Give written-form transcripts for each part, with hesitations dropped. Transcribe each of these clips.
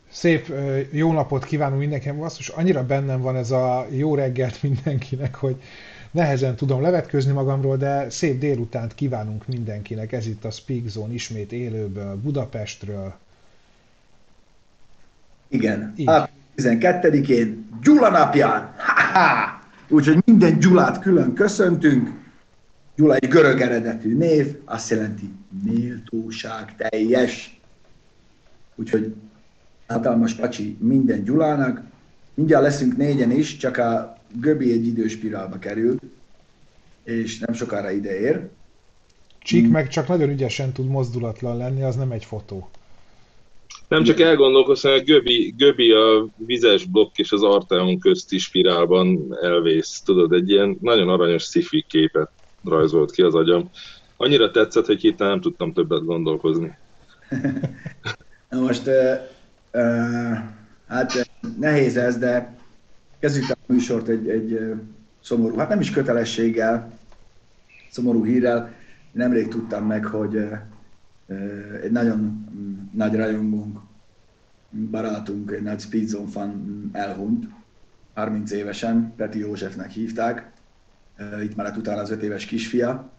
Szép jó napot kívánunk mindenkinek. Basszus, annyira bennem van ez a jó reggelt mindenkinek, hogy nehezen tudom levetkőzni magamról, de szép délutánt kívánunk mindenkinek. Ez itt a Speak Zone ismét élőből, Budapestről. Igen, Így. április 12-én Gyula napján. Ha-ha! Úgyhogy minden Gyulát külön köszöntünk. Gyula egy görög eredetű név, azt jelenti méltóság teljes. Úgyhogy hatalmas pacsi minden Gyulának. Mindjárt leszünk négyen is, csak a Göbi egy időspirálba került, és nem sokára ide ér. Csík meg csak nagyon ügyesen tud mozdulatlan lenni, az nem egy fotó. Nem csak elgondolkoztam, hogy Göbi a vizes blokk és az Arteon közti spirálban elvész. Tudod, egy ilyen nagyon aranyos sci-fi képet rajzolt ki az agyam. Annyira tetszett, hogy hirtelen nem tudtam többet gondolkozni. Na most, hát nehéz ez, de kezdjük a műsort egy szomorú, hát nem is kötelességgel, szomorú hírrel. Nemrég tudtam meg, hogy egy nagyon nagy rajongónk, barátunk, egy nagy Speed Zone fan elhunyt, 30 évesen, Peti Józsefnek hívták, itt maradt utána az 5 éves kisfia.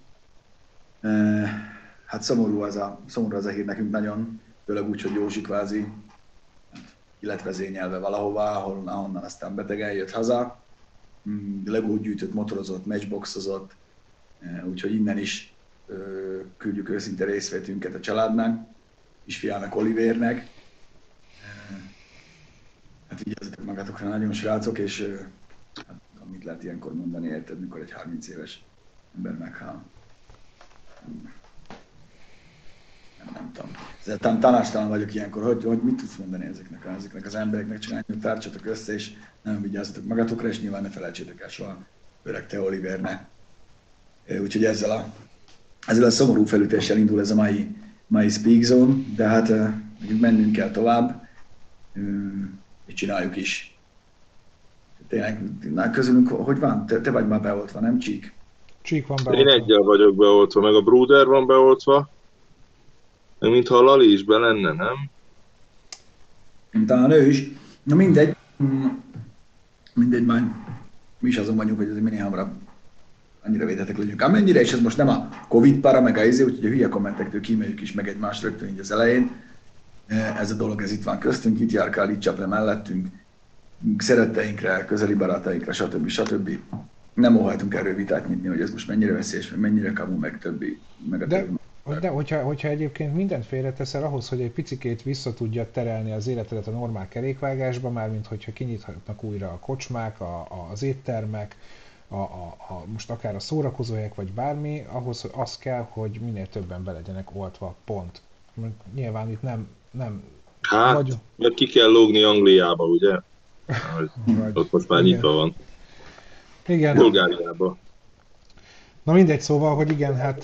Hát szomorú az a hír nekünk nagyon, főleg úgy, hogy Józsi kvázi életvezényelve valahová, ahonnan aztán beteg eljött haza. Legót gyűjtött, motorozott, matchboxozott, úgyhogy innen is küldjük őszinte részvétünket a családnak, kisfiának, Olivernek. Hát vigyázzatok magatokra, nagyon srácok, és hát, mit lehet ilyenkor mondani, érted, mikor egy 30 éves ember meghal. Nem tudom. Ezzel tanástalan vagyok ilyenkor, hogy mit tudsz mondani ezeknek az embereknek, csak annyit tártsatok össze, és nem vigyázzatok magatokra, és nyilván ne felejtsétek el soha öreg te Olivernek. Úgyhogy ezzel a szomorú felütéssel indul ez a mai Speak Zone, de hát mennünk kell tovább, és csináljuk is. Tényleg, közülünk, hogy van? Te vagy már beoltva, nem Csík? Csík van Én beoltva. egyel vagyok beoltva, meg a Bruder van beoltva, meg mintha a Lali is be lenne, nem? Talán ő is. Na mindegy, majd mi is azon vagyunk, hogy azért minél hamarabb annyira védhetek legyünk. Amennyire, és ez most nem a Covid para, meg a úgyhogy a hülye kommentektől kíméljük is meg egymást rögtön így az elején. Ez a dolog, ez itt van köztünk, itt járkál, itt csap le mellettünk, szeretteinkre, közeli barátainkra, stb. Nem óhajtunk erről vitát nyitni, hogy ez most mennyire veszélyes, meg mennyire kamu, meg többi. Meg a De, többi. de hogyha egyébként mindent félreteszel ahhoz, hogy egy picikét vissza tudja terelni az életedet a normál kerékvágásba, mármint hogyha kinyithatnak újra a kocsmák, az éttermek, most akár a szórakozóhelyek, vagy bármi, ahhoz hogy az kell, hogy minél többen be legyenek oltva, pont. Nyilván itt nem Hát, vagy, meg ki kell lógni Angliába, ugye? vagy Ott most már igen. nyitva van. Igen. Bulgáriába. Na mindegy, szóval, hogy igen, hát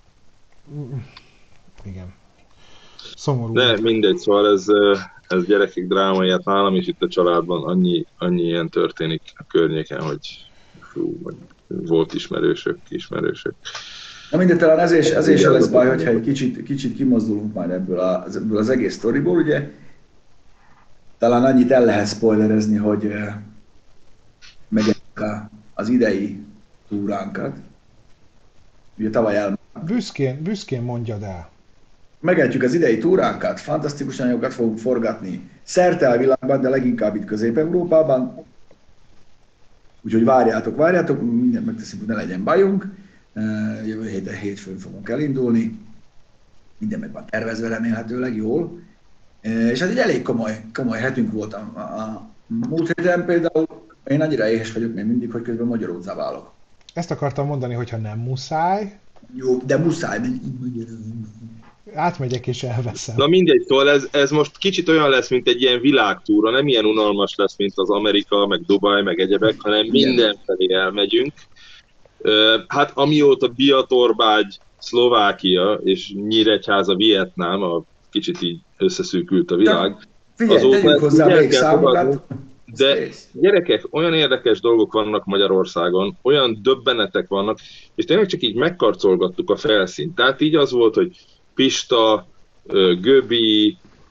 igen. Szomorú. De mindegy, szóval ez gyerekek drámai, hát nálam is itt a családban annyi ilyen történik a környéken, hogy fú, vagy volt ismerősök. Na mindegy, talán ezért se lesz baj, hogyha egy kicsit kimozdulunk majd ebből az egész sztoriból, ugye. Talán annyit el lehet spoilerezni, hogy megegyük az idei túránkat. Ugye tavaly Büszkén mondjad el. megetjük az idei túránkat, fantasztikus anyagokat fogunk forgatni szerte a világban, de leginkább itt Közép-Európában. Úgyhogy várjátok, mindent megteszünk, hogy ne legyen bajunk. Jövő hétfőn fogunk elindulni. Minden meg van tervezve remélhetőleg jól. És hát egy elég komoly hetünk volt a múlt héten például. Én annyira éhes vagyok még mindig, hogy közben magyarul zaválok. Ezt akartam mondani, hogyha nem muszáj, Jó, de muszáj. átmegyek és elveszem. Na mindegy, szóval ez most kicsit olyan lesz, mint egy ilyen világtúra, nem ilyen unalmas lesz, mint az Amerika, meg Dubaj, meg egyebek, hanem mindenfelé elmegyünk. Hát amióta Biatorbágy, Szlovákia és Nyíregyháza, Vietnám, kicsit így összeszűkült a világ. Figyelj, tegyük hozzá még számokat. De gyerekek, olyan érdekes dolgok vannak Magyarországon, olyan döbbenetek vannak, és tényleg csak így megkarcolgattuk a felszínt. Tehát így az volt, hogy Pista, Göbi,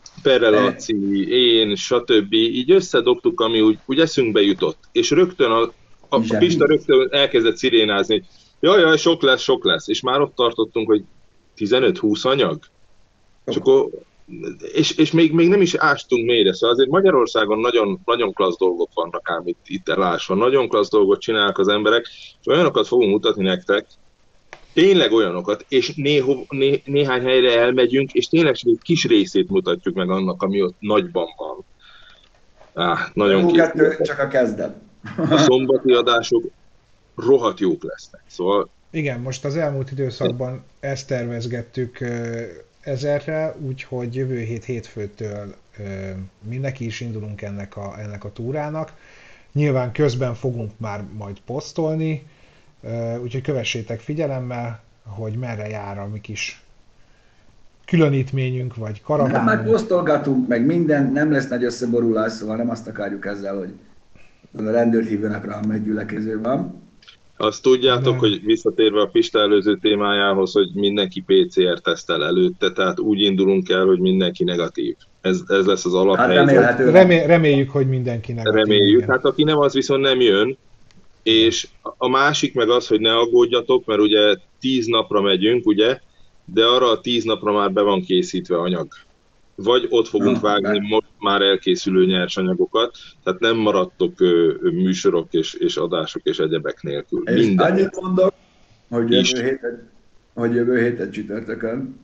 Perre Laci, én, stb. Így összedobtuk, ami úgy eszünkbe jutott. És rögtön a Pista rögtön elkezdett szirénázni, hogy jaj, sok lesz. És már ott tartottunk, hogy 15-20 anyag. És, akkor, és még nem is ástunk mélyre. Szóval azért Magyarországon nagyon, nagyon klassz dolgok vannak ám itt elásva. Nagyon klassz dolgot csinálnak az emberek, és olyanokat fogunk mutatni nektek, tényleg olyanokat, és néhány helyre elmegyünk, és tényleg csak egy kis részét mutatjuk meg annak, ami ott nagyban van. Nagyon csak a kezdet. A szombati adások rohadt jók lesznek, szóval... Igen, most az elmúlt időszakban ezt tervezgettük ezerre, úgyhogy jövő hétfőtől mi neki is indulunk ennek a túrának. Nyilván közben fogunk már majd posztolni, úgyhogy kövessétek figyelemmel, hogy merre jár a mi kis különítményünk, vagy karavánunk. Már posztolgatunk, meg minden, nem lesz nagy összeborulás, szóval nem azt akarjuk ezzel, hogy a rendőrt hívjanak rá, amely gyülekező van. Azt tudjátok, hogy visszatérve a Pista előző témájához, hogy mindenki PCR-tesztel előtte, tehát úgy indulunk el, hogy mindenki negatív. Ez lesz az alaphelyzet. Hát reméljük, hogy mindenki negatív. Reméljük, hát aki nem, az viszont nem jön. És a másik meg az, hogy ne aggódjatok, mert ugye 10 napra megyünk, ugye, de arra a 10 napra már be van készítve anyag. Vagy ott fogunk vágni most már elkészülő nyersanyagokat, tehát nem maradtok műsorok és adások és egyebek nélkül. És annyit mondok, hogy jövő héten csütörtökön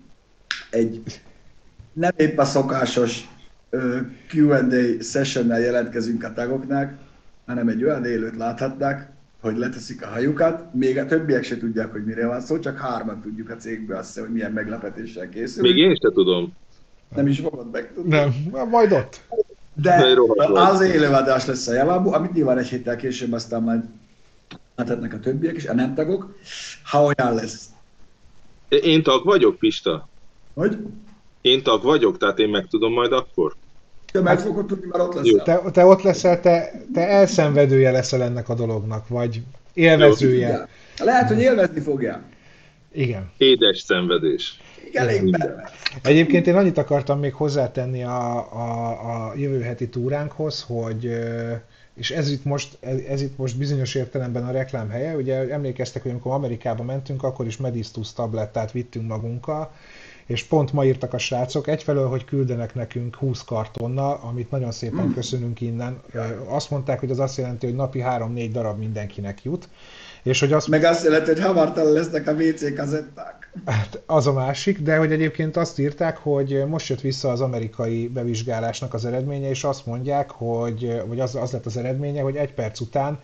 nem épp a szokásos Q&A sessionnel jelentkezünk a tagoknak, hanem egy olyan élőt láthatnak, hogy leteszik a hajukat, még a többiek se tudják, hogy mire van szó, csak 3-an tudjuk a cégből azt, hogy milyen meglepetéssel készül. Még én se tudom. Nem is fogod megtudni. Nem, majd ott. De az élőadás lesz a javában, amit nyilván egy héttel később aztán majd láthatnak a többiek is, a nem tagok, ha olyan lesz. Én tag vagyok, Pista? Hogy? Én tag vagyok, tehát én meg tudom majd akkor? Te meg fogod tudni, mert ott leszel. Te ott leszel, te elszenvedője leszel ennek a dolognak, vagy élvezője. Jó, lehet, hogy élvezni fogja. Igen. Édes szenvedés. Egyébként én annyit akartam még hozzátenni a jövő heti túránkhoz, hogy, és ez itt most bizonyos értelemben a reklám helye, ugye emlékeztek, hogy amikor Amerikába mentünk, akkor is Medistus tablettát vittünk magunkkal, és pont ma írtak a srácok, egyfelől, hogy küldenek nekünk 20 kartonnal, amit nagyon szépen köszönünk innen. Azt mondták, hogy az azt jelenti, hogy napi 3-4 darab mindenkinek jut. És hogy meg azt jelenti, hogy hamartalan lesznek a WC kazetták. Hát az a másik, de hogy egyébként azt írták, hogy most jött vissza az amerikai bevizsgálásnak az eredménye, és azt mondják, hogy az lett az eredménye, hogy 1 perc után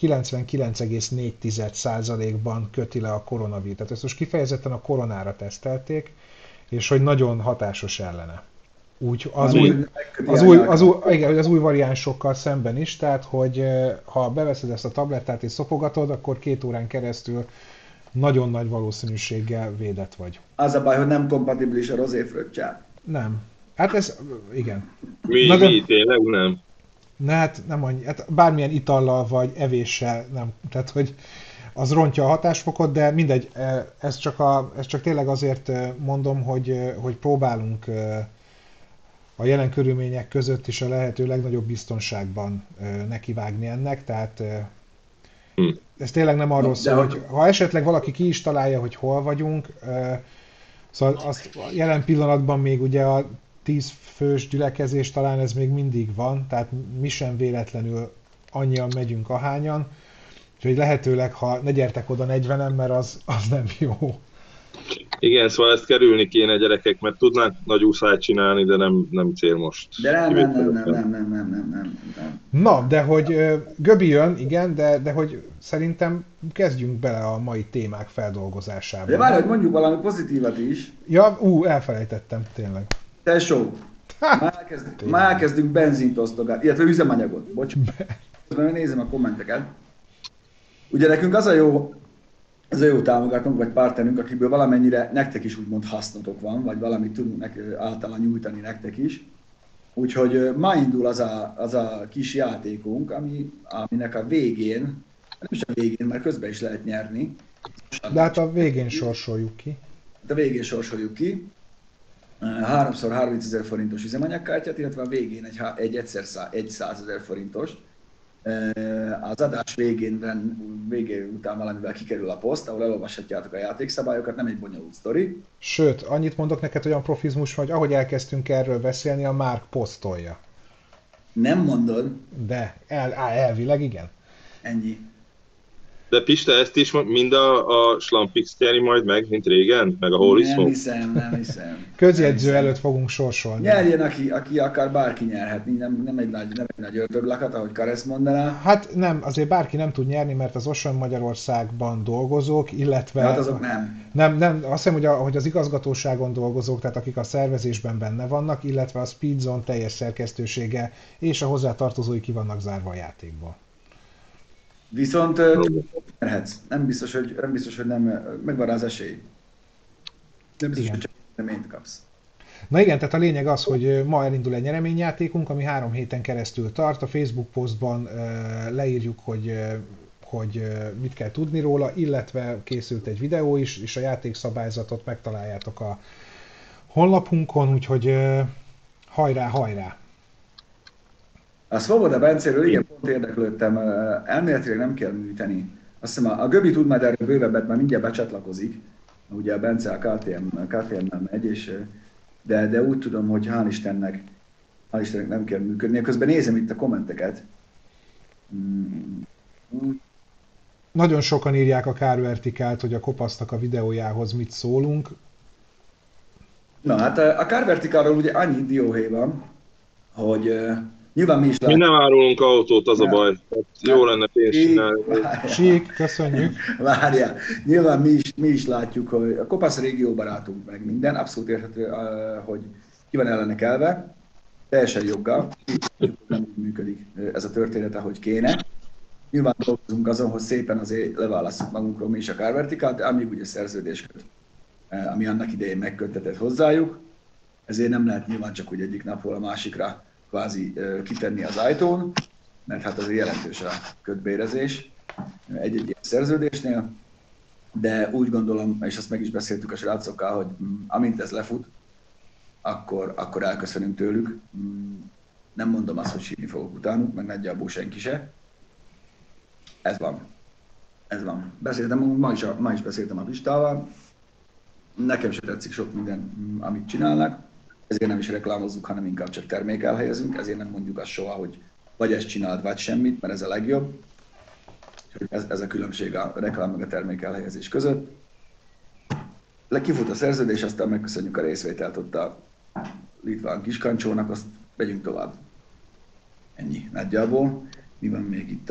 99,4%-ban köti le a koronavírus. Tehát ezt most kifejezetten a koronára tesztelték, és hogy nagyon hatásos ellene. Úgy az új variánsokkal szemben is, tehát hogy ha beveszed ezt a tablettát és szopogatod, akkor 2 órán keresztül nagyon nagy valószínűséggel védett vagy. Az a baj, hogy nem kompatibilis a rozéfröccsel. Nem. Hát ez, igen. Mi tényleg nem? Hát nem annyi, hát bármilyen itallal vagy evéssel nem. Tehát, hogy az rontja a hatásfokot, de mindegy, ez csak tényleg azért mondom, hogy próbálunk a jelen körülmények között is a lehető legnagyobb biztonságban nekivágni ennek, tehát ez tényleg nem arról szól, hogy ha esetleg valaki ki is találja, hogy hol vagyunk, szóval azt jelen pillanatban még ugye a 10 fős gyülekezés talán ez még mindig van, tehát mi sem véletlenül annyian megyünk ahányan, úgyhogy lehetőleg, ha ne gyertek oda 40-en, mert az nem jó. Igen, szóval ezt kerülni kéne, gyerekek, mert tudnánk nagy úszályt csinálni, de nem cél most. De nem. Na, de hogy Göbi jön, igen, de hogy szerintem kezdjünk bele a mai témák feldolgozásába. De várj, hogy mondjuk valami pozitívat is. Ja, elfelejtettem, tényleg. Tesó, már elkezdünk benzint osztogatni, illetve üzemanyagot, bocs. Nézem a kommenteket. Ugye nekünk az a jó támogatónk, vagy partnerünk, akiből valamennyire nektek is úgymond hasznotok van, vagy valamit tudunk általán nyújtani nektek is. Úgyhogy ma indul az a kis játékunk, aminek a végén, nem is a végén, mert közben is lehet nyerni. De hát a végén sorsoljuk ki. De a végén sorsoljuk ki. 3-szor 30 000 forintos üzemanyagkártyát, illetve a végén egy 100 000 forintos. Az adás végén után valamivel kikerül a poszt, ahol elolvashatjátok a játékszabályokat, nem egy bonyolult sztori. Sőt, annyit mondok neked, olyan profizmus, hogy ahogy elkezdtünk erről beszélni, a Mark posztolja. Nem mondod? De elvileg igen. Ennyi. De Pista, ezt is mind a Slampix nyeri majd meg, mint régen? Meg a Holy Smoke? Nem hiszem. Közjegyző előtt fogunk sorsolni. Nyerjen, aki akar, bárki nyerhet. Nem egy nagy ördöglakat, ahogy Karesz mondaná. Hát nem, azért bárki nem tud nyerni, mert az Ocean Magyarországban dolgozók, illetve... Hát azok nem. Nem, azt hiszem, hogy az igazgatóságon dolgozók, tehát akik a szervezésben benne vannak, illetve a Speedzone teljes szerkesztősége és a hozzátartozói ki vannak zárva a játékból. Viszont nyerhetsz. Nem biztos, hogy nem, megvan rá az esély. Nem biztos, hogy csak reményt kapsz. Na igen, tehát a lényeg az, hogy ma elindul egy nyereményjátékunk, ami 3 héten keresztül tart. A Facebook posztban leírjuk, hogy mit kell tudni róla, illetve készült egy videó is, és a játékszabályzatot megtaláljátok a honlapunkon, úgyhogy hajrá! A Svoboda Bencéről igen pont érdeklődtem, elméletileg nem kell műteni. Azt hiszem a Göbi tud majd erről bővebbet, mert mindjárt becsatlakozik. Ugye a Bence a KTM-mel megy, de úgy tudom, hogy hál' Istennek nem kell működni. Közben nézem itt a kommenteket. Nagyon sokan írják a Kárvertikált, hogy a kopasztak a videójához mit szólunk. Na hát a Kárvertikálról ugye annyi dióhéj van, hogy nyilván mi is Mi nem árulunk autót, az a baj. Jó lenne pénzt csinálni. Sík, köszönjük. Várjál, nyilván mi is látjuk, hogy a kopasz régió barátunk meg minden, abszolút érthető, hogy ki van ellene kelve, teljesen joggal, nem működik ez a történet, ahogy kéne. Nyilván dolgozunk azon, hogy szépen azért leválasszuk magunkról mi is a Kárvertikált, de amíg ugye szerződés köt, ami annak idején megköttetett hozzájuk, ezért nem lehet nyilván csak úgy egyik napról a másikra kvázi kitenni az ajtón, mert hát azért jelentős a kötbérezés egy-egy ilyen szerződésnél, de úgy gondolom, és azt meg is beszéltük a srácokkal, hogy amint ez lefut, akkor elköszönünk tőlük. Nem mondom azt, hogy sírni fogok utánuk, meg nagyjából senki se. Ez van. Ma is beszéltem a Pistával. Nekem sem tetszik sok minden, amit csinálnak. Ezért nem is reklámozzuk, hanem inkább csak termék elhelyezünk. Ezért nem mondjuk azt soha, hogy vagy ezt csináld, vagy semmit, mert ez a legjobb. Ez a különbség a reklám meg a termék elhelyezés között. Kifut a szerződés, aztán megköszönjük a részvételt ott a litván kiskancsónak, azt vegyünk tovább. Ennyi nagyjából. Mi van még itt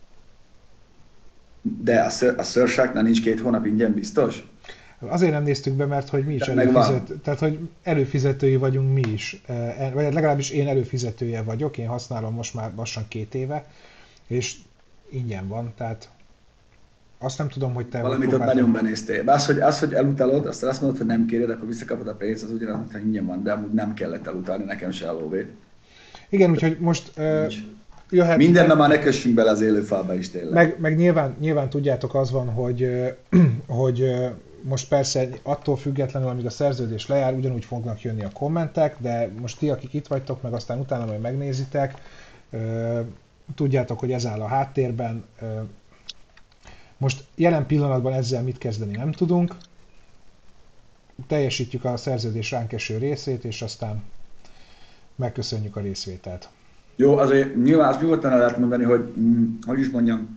De a Surfsharknál nincs 2 hónap ingyen biztos? Azért nem néztük be, mert hogy mi is tehát hogy előfizetői vagyunk mi is, vagy legalábbis én előfizetője vagyok, én használom most már lassan 2 éve, és ingyen van, tehát azt nem tudom, hogy te... Valamit ott nagyon benéztél. Az, hogy elutalod, aztán azt mondod, hogy nem kéred, akkor visszakapod a pénzt, az ugyanaz, mintha ingyen van, de amúgy nem kellett elutalni, nekem se a lóvé. Igen, úgyhogy most... jöhet... Mindenben már ne kössünk bele az élőfába is tényleg. Meg nyilván tudjátok, az van, hogy most persze attól függetlenül, amíg a szerződés lejár, ugyanúgy fognak jönni a kommentek, de most ti, akik itt vagytok, meg aztán utána majd megnézitek, tudjátok, hogy ez áll a háttérben. Most jelen pillanatban ezzel mit kezdeni nem tudunk. Teljesítjük a szerződés ránk eső részét, és aztán megköszönjük a részvételt. Jó, azért nyilván azt nyugodtan el lehet mondani, hogy is mondjam,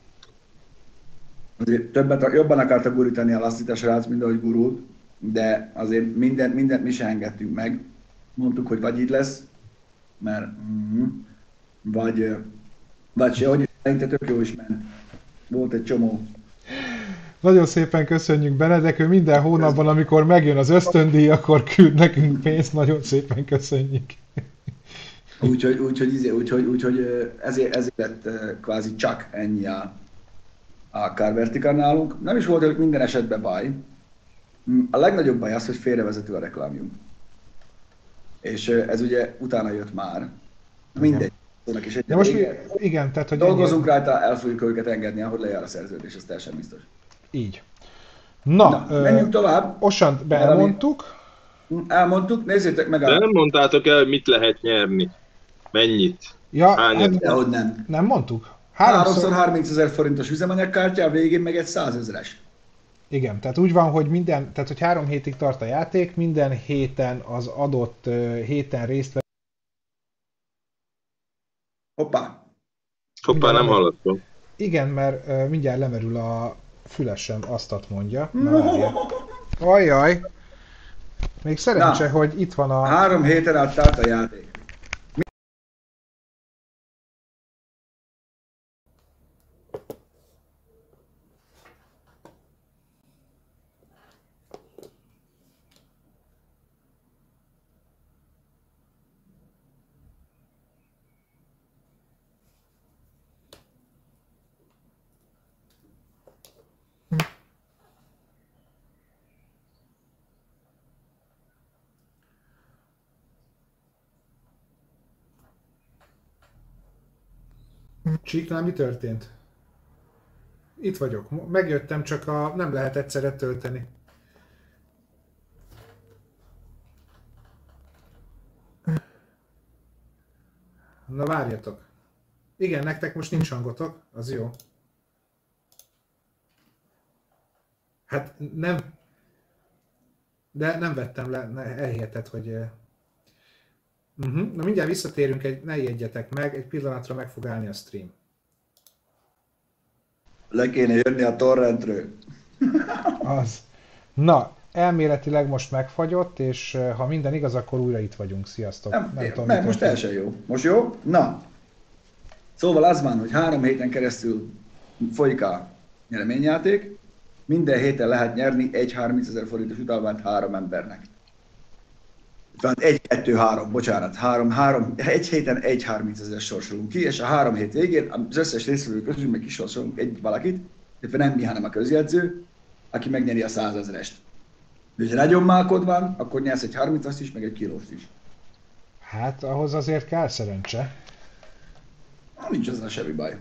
azért jobban akartak gurítani a lasszítás rác, mint ahogy gurult, de azért mindent mi se engedtünk meg. Mondtuk, hogy vagy így lesz, mert vagy se, hogy szerintem tök jó is ment. Volt egy csomó. Nagyon szépen köszönjük Benedek, ő minden hónapban, amikor megjön az ösztöndíj, akkor küld nekünk pénzt, nagyon szépen köszönjük. Úgyhogy ezért lett kvázi csak ennyi a Kárvertikál nálunk. Nem is volt minden esetben baj. A legnagyobb baj az, hogy félrevezető a reklámjunk. És ez ugye utána jött már. Mindegy. De most igen, tehát hogy dolgozunk rajta, el fogjuk őket engedni, ahogy lejár a szerződés, ez teljesen biztos. Így. Na menjünk tovább. Oceant elmondtuk. Elmondtuk, nézzétek meg De nem mondtátok el, mit lehet nyerni. Mennyit? Ja, Hányat? hát Dehogy nem. nem mondtuk? 3-szor 30 000 forintos üzemanyagkártya, a végén meg egy 100 000-es. Igen, tehát úgy van, hogy tehát hogy 3 hétig tart a játék, minden héten az adott héten részt vesz. Hoppá. Hoppá, nem hallottam. Igen, mert mindjárt lemerül a fülesem, azt mondja. Na, várjál. Ajjaj! Még szerencse, hogy itt van a... 3 héten át tart a játék. Csíknál mi történt? Itt vagyok. Megjöttem, csak nem lehet egyszerre tölteni. Na várjatok. Igen, nektek most nincs hangotok, az jó. Hát nem... De nem vettem le, elhihetett, hogy... Na mindjárt visszatérünk, ne ijedjetek meg, egy pillanatra meg fog állni a stream. Le kéne jönni a torrentről. Az. Na, elméletileg most megfagyott, és ha minden igaz, akkor újra itt vagyunk. Sziasztok. Nem tudom, most teljesen jó. Most jó? Na. Szóval az van, hogy 3 héten keresztül folyik a nyereményjáték. Minden héten lehet nyerni egy 30 000 forintos utalványt 3 embernek. Tehát 1-2-3, bocsánat, 3, egy héten egy 30 000 sorsolunk ki, és a 3 hét végén az összes résztvevő közül meg kisorsolunk egy valakit, illetve nem mi, hanem a közjegyző, aki megnyeri a 100 000-est. De ha nagyon mákod van, akkor nyersz egy 30-ast is, meg egy kilóst is. Hát ahhoz azért kell szerencse. Nincs azzal semmi baj.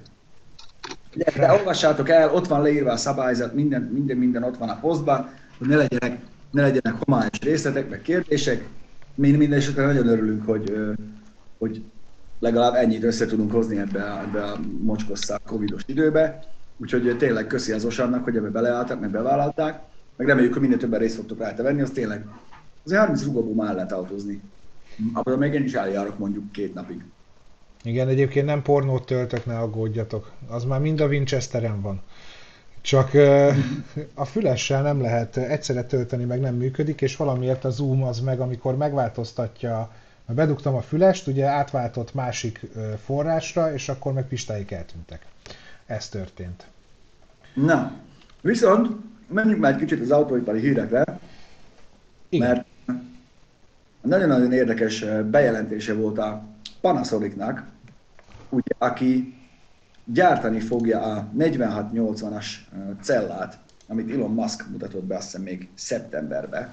De olvassátok el, ott van leírva a szabályzat, minden ott van a posztban, hogy ne legyenek homályos részletek, meg kérdések. Mi minden esetre nagyon örülünk, hogy legalább ennyit össze tudunk hozni ebbe a mocskosszá covidos időbe. Úgyhogy tényleg köszi az Osannak, hogy ebbe beleálltak, meg bevállalták. Meg reméljük, hogy minél többen részt fogtok rajta venni, az tényleg azért 30 rugóból már lehet autózni. Akkor még én is eljárok mondjuk 2 napig. Igen, egyébként nem pornót töltök, ne aggódjatok. Az már mind a Winchesteren van. Csak a fülessel nem lehet egyszerre tölteni, meg nem működik, és valamiért a Zoom az meg, amikor megváltoztatja, bedugtam a fülest, ugye átváltott másik forrásra, és akkor meg pistáik eltűntek. Ez történt. Na, viszont menjünk már egy kicsit az autóipari hírekre, Igen. Mert nagyon-nagyon érdekes bejelentése volt a Panasonicnak, ugye, aki gyártani fogja a 4680-as cellát, amit Elon Musk mutatott be azt hiszem még szeptemberben.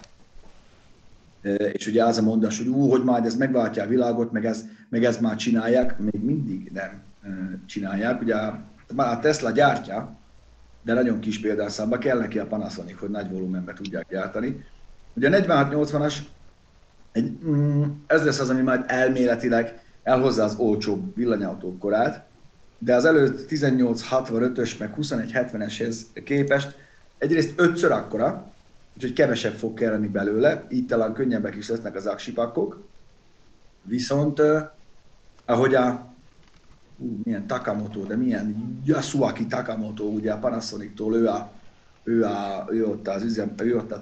És ugye az a mondás, hogy majd ez megváltja a világot, meg ezt már csinálják, még mindig nem csinálják. Ugye a Tesla gyártja, de nagyon kis példányszámba kell neki a Panasonic, hogy nagy volumenben tudják gyártani. Ugye a 4680-as, ez lesz az, ami majd elméletileg elhozza az olcsóbb villanyautók korát, de az előtt 1865-ös meg 2170-eshez képest egyrészt 5-ször akkora, úgyhogy kevesebb fog kelleni belőle, így talán könnyebbek is lesznek az aksipakkok. Viszont ahogy milyen Takamoto, de milyen Yasuaki Takamoto, ugye a Panasonic-tól ő ott az üzem, ő ott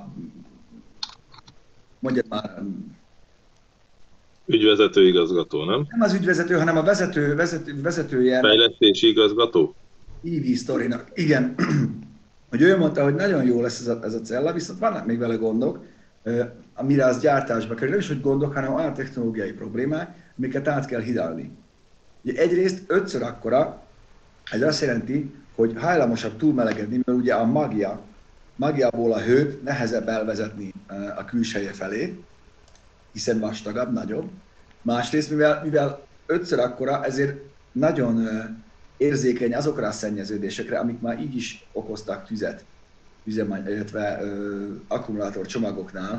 mondjad már... Ügyvezető igazgató, nem? Nem az ügyvezető, hanem a vezetője... Fejlesztési igazgató? EV Story-nak, igen. Hogy ő mondta, hogy nagyon jó lesz ez a cella, viszont vannak még vele gondok, amire az gyártásba kerül. Nem is, hogy gondok, hanem olyan technológiai problémák, amiket át kell hidalni. Ugye egyrészt 5-ször akkora, ez azt jelenti, hogy hajlamosabb túlmelegedni, mert ugye a magjából a hőt nehezebb elvezetni a külseje felé, hiszen vastagabb, nagyobb. Másrészt, mivel 5-ször akkora, ezért nagyon érzékeny azokra a szennyeződésekre, amik már így is okoztak tüzet, illetve akkumulátor csomagoknál,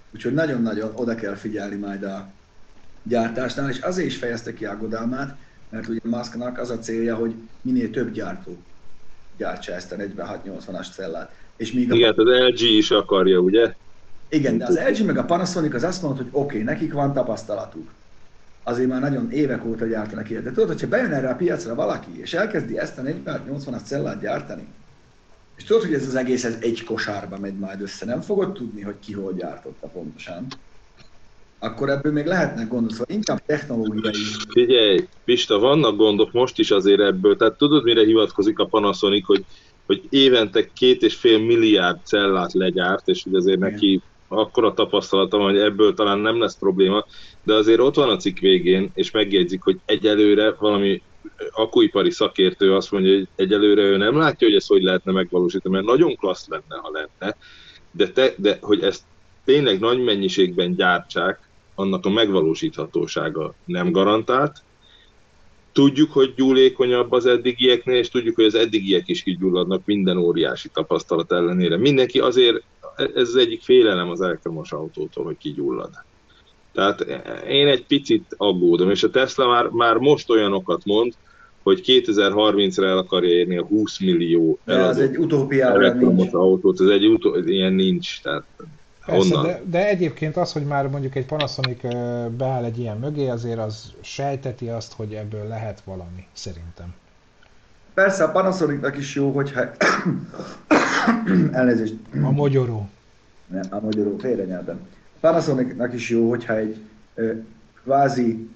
Úgyhogy nagyon-nagyon oda kell figyelni majd a gyártásnál, és azért is fejezte ki aggodalmát, mert ugye Musknak az a célja, hogy minél több gyártó gyártsa ezt a 46-80-as cellát. És míg igen, az LG is akarja, ugye? Igen, de az LG meg a Panasonic az azt mondta, hogy oké, nekik van tapasztalatuk. Azért már nagyon évek óta gyártanak ilyet. De tudod, hogyha bejön erre a piacra valaki, és elkezdi ezt a 46-80-as cellát gyártani, és tudod, hogy ez az egész ez egy kosárba megy majd össze, nem fogod tudni, hogy ki hol gyártotta pontosan, akkor ebből még lehetnek gondok, szóval inkább technológiai. Figyelj, Pista, vannak gondok most is azért ebből, tehát tudod, mire hivatkozik a Panasonic, hogy évente 2,5 milliárd cellát legyárt, és hogy azért neki akkora tapasztalata van, hogy ebből talán nem lesz probléma, de azért ott van a cikk végén, és megjegyzik, hogy egyelőre valami akkuipari szakértő azt mondja, hogy egyelőre ő nem látja, hogy ezt hogy lehetne megvalósítani, mert nagyon klassz lenne, ha lenne, de hogy ezt tényleg nagy mennyiségben gyártsák, annak a megvalósíthatósága nem garantált. Tudjuk, hogy gyúlékonyabb az eddigieknél, és tudjuk, hogy az eddigiek is kigyulladnak minden óriási tapasztalat ellenére. Mindenki azért, ez az egyik félelem az elektromos autótól, hogy kigyullad. Tehát én egy picit aggódom, és a Tesla már most olyanokat mond, hogy 2030-ra el akarja érni a 20 millió eladott elektromos autót, ez ilyen nincs. Tehát persze, de egyébként az, hogy már mondjuk egy Panasonic beáll egy ilyen mögé, azért az sejteti azt, hogy ebből lehet valami, szerintem. Persze a Panasonicnak is jó, hogyha... Elnézést. A mogyoró. A mogyoró, félrenyeltem. A Panasonicnak is jó, hogyha egy kvázi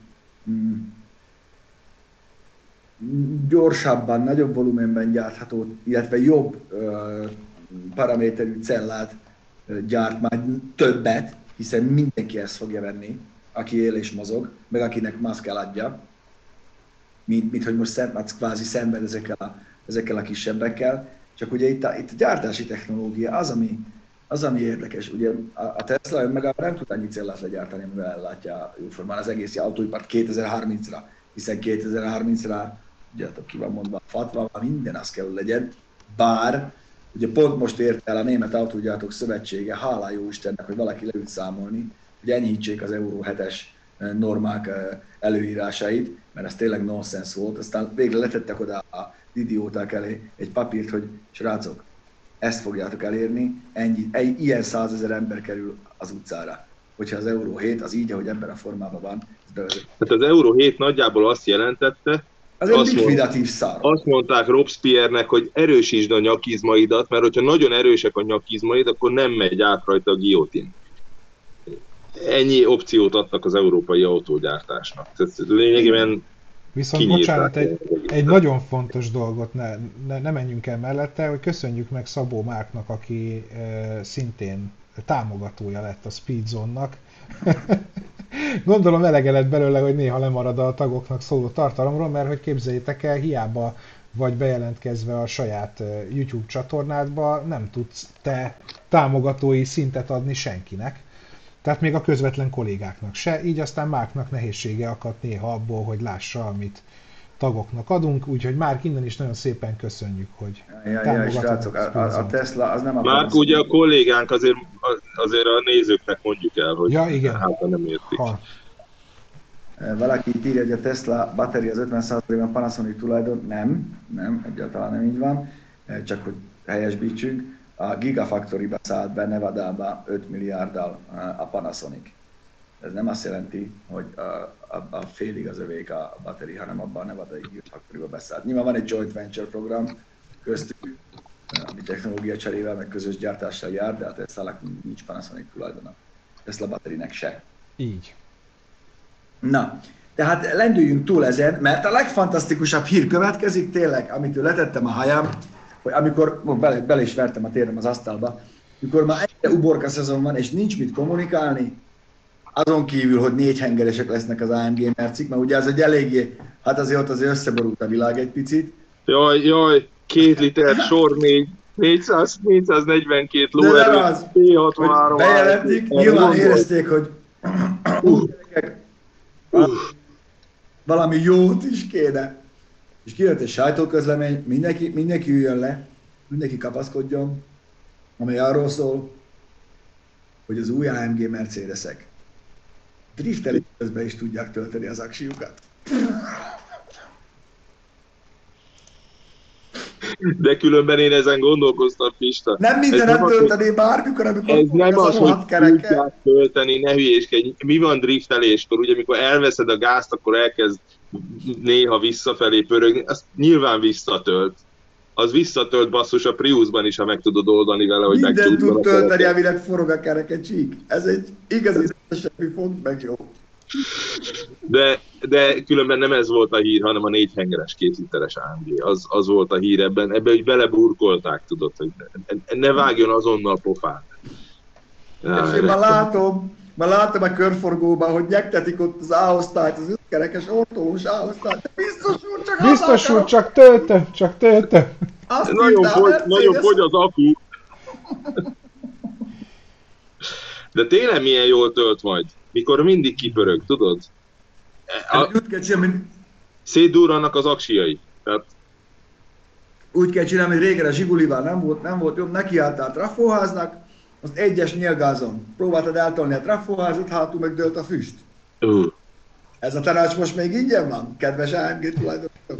gyorsabban, nagyobb volumenben gyártható, illetve jobb paraméterű cellát gyárt már többet, hiszen mindenki ezt fogja venni, aki él és mozog, meg akinek Musk eladja, mint hogy most kvázi szenved ezekkel a kisebbekkel. Csak ugye itt a gyártási technológia az, ami érdekes. Ugye a Tesla önmagában nem tud annyi cellát legyártani, amivel ellátja jóformán az egész autóipart 2030-ra, hiszen 2030-ra, tudjátok ki van mondva, fatva, minden az kell legyen, bár ugye pont most ért el a Német Autógyártók Szövetsége, hálá jó Istennek, hogy valaki leült számolni, hogy enyhítsék az Euró 7-es normák előírásait, mert ez tényleg nonsens volt. Aztán végre letettek oda a idióták elé egy papírt, hogy srácok, ezt fogjátok elérni, ilyen 100 000 ember kerül az utcára. Hogyha az Euró 7 az így, ahogy ebben a formában van. Hát az Euró 7 nagyjából azt jelentette, az egy likvidatív szár. Azt mondták Robespierre-nek, hogy erősítsd a nyakizmaidat, mert hogyha nagyon erősek a nyakizmaid, akkor nem megy át rajta a guillotine. Ennyi opciót adtak az európai autógyártásnak. Tehát lényegében viszont bocsánat, egy nagyon fontos dolgot ne menjünk el mellette, hogy köszönjük meg Szabó Márknak, aki szintén támogatója lett a Speedzone-nak. Gondolom elege lett belőle, hogy néha lemarad a tagoknak szóló tartalomról, mert hogy képzeljétek el, hiába vagy bejelentkezve a saját YouTube csatornádba, nem tudsz te támogatói szintet adni senkinek. Tehát még a közvetlen kollégáknak se, így aztán Márknak nehézsége akadt néha abból, hogy lássa, amit tagoknak adunk, úgyhogy Márk, innen is nagyon szépen köszönjük, hogy támogatod a Tesla, az nem a Márk ugye a kollégánk, azért a nézőknek mondjuk el, hogy ja, igen. Hát nem értik. Valaki itt írja, hogy a Tesla bateria az 50%-ban Panasonic tulajdon. Nem, egyáltalán nem így van, csak hogy helyesbítsünk. A Gigafactory-ba szállt be Nevadába 5 milliárddal a Panasonic. Ez nem azt jelenti, hogy a félig az övék a bateri, hanem abban a Nevadai Gigafactory-ba beszállt. Nyilván van egy joint venture program köztük, ami technológia cserével, meg közös gyártással jár, de a Tesla-nak nincs Panasonic tulajdona. Tesla batterinek se. Így. Na, tehát lendüljünk túl ezen, mert a legfantasztikusabb hír következik tényleg, amitől letettem a hajam, hogy amikor, bele is vertem a térem az asztalba, amikor már egyre uborka szezon van, és nincs mit kommunikálni, azon kívül, hogy 4 hengeresek lesznek az AMG mercik, mert ugye ez egy eléggé, hát azért ott azért összeborult a világ egy picit. Jaj, 2 liter sor 442 lóerő, P63. Bejelentik, nyilván érezték, hogy valami jót is kéne. És kijött egy sajtóközlemény, mindenki üljön le, mindenki kapaszkodjon, amely arról szól, hogy az új AMG Mercedesek driftelés közben is tudják tölteni az aksiukat. De különben én ezen gondolkoztam, Pista. Nem mindenem tölteni bármikor, amikor ez nem az, hogy kerekkel. tudják tölteni, ne hülyéskedj. Mi van drifteléskor? Ugye, amikor elveszed a gázt, akkor elkezd néha visszafelé pörögni. Azt nyilván visszatölt. Az visszatölt basszus a Priusban is, ha meg tudod oldani vele, hogy meg Minden tudod. tud tölteni, aminek forog a kereke csík. Ez egy igazi semmi font meg jó. De különben nem ez volt a hír, hanem a 4 hengeres 2 literes AMG. Az volt a hír ebben, hogy beleburkolták, tudod, hogy ne vágjon azonnal pofát. És én már látom a körforgóban, hogy nyektetik ott az A-osztályt, az 5 kerekes autós A-osztályt. Biztos úr, csak töltő. Nagyon fogy az akku. De tényleg milyen jól tölt majd, mikor mindig kipörög, tudod? Szétdurrannak az aksiai. Tehát... Úgy kell csinálni, hogy régen a Zsigulival nem volt jobb, nekiálltál trafóháznak, az egyes nyílgázon próbáltad eltolni a trafóházat, hátul megdőlt a füst. Ez a tanács most még ingyen van, kedves AMG tulajdonosok?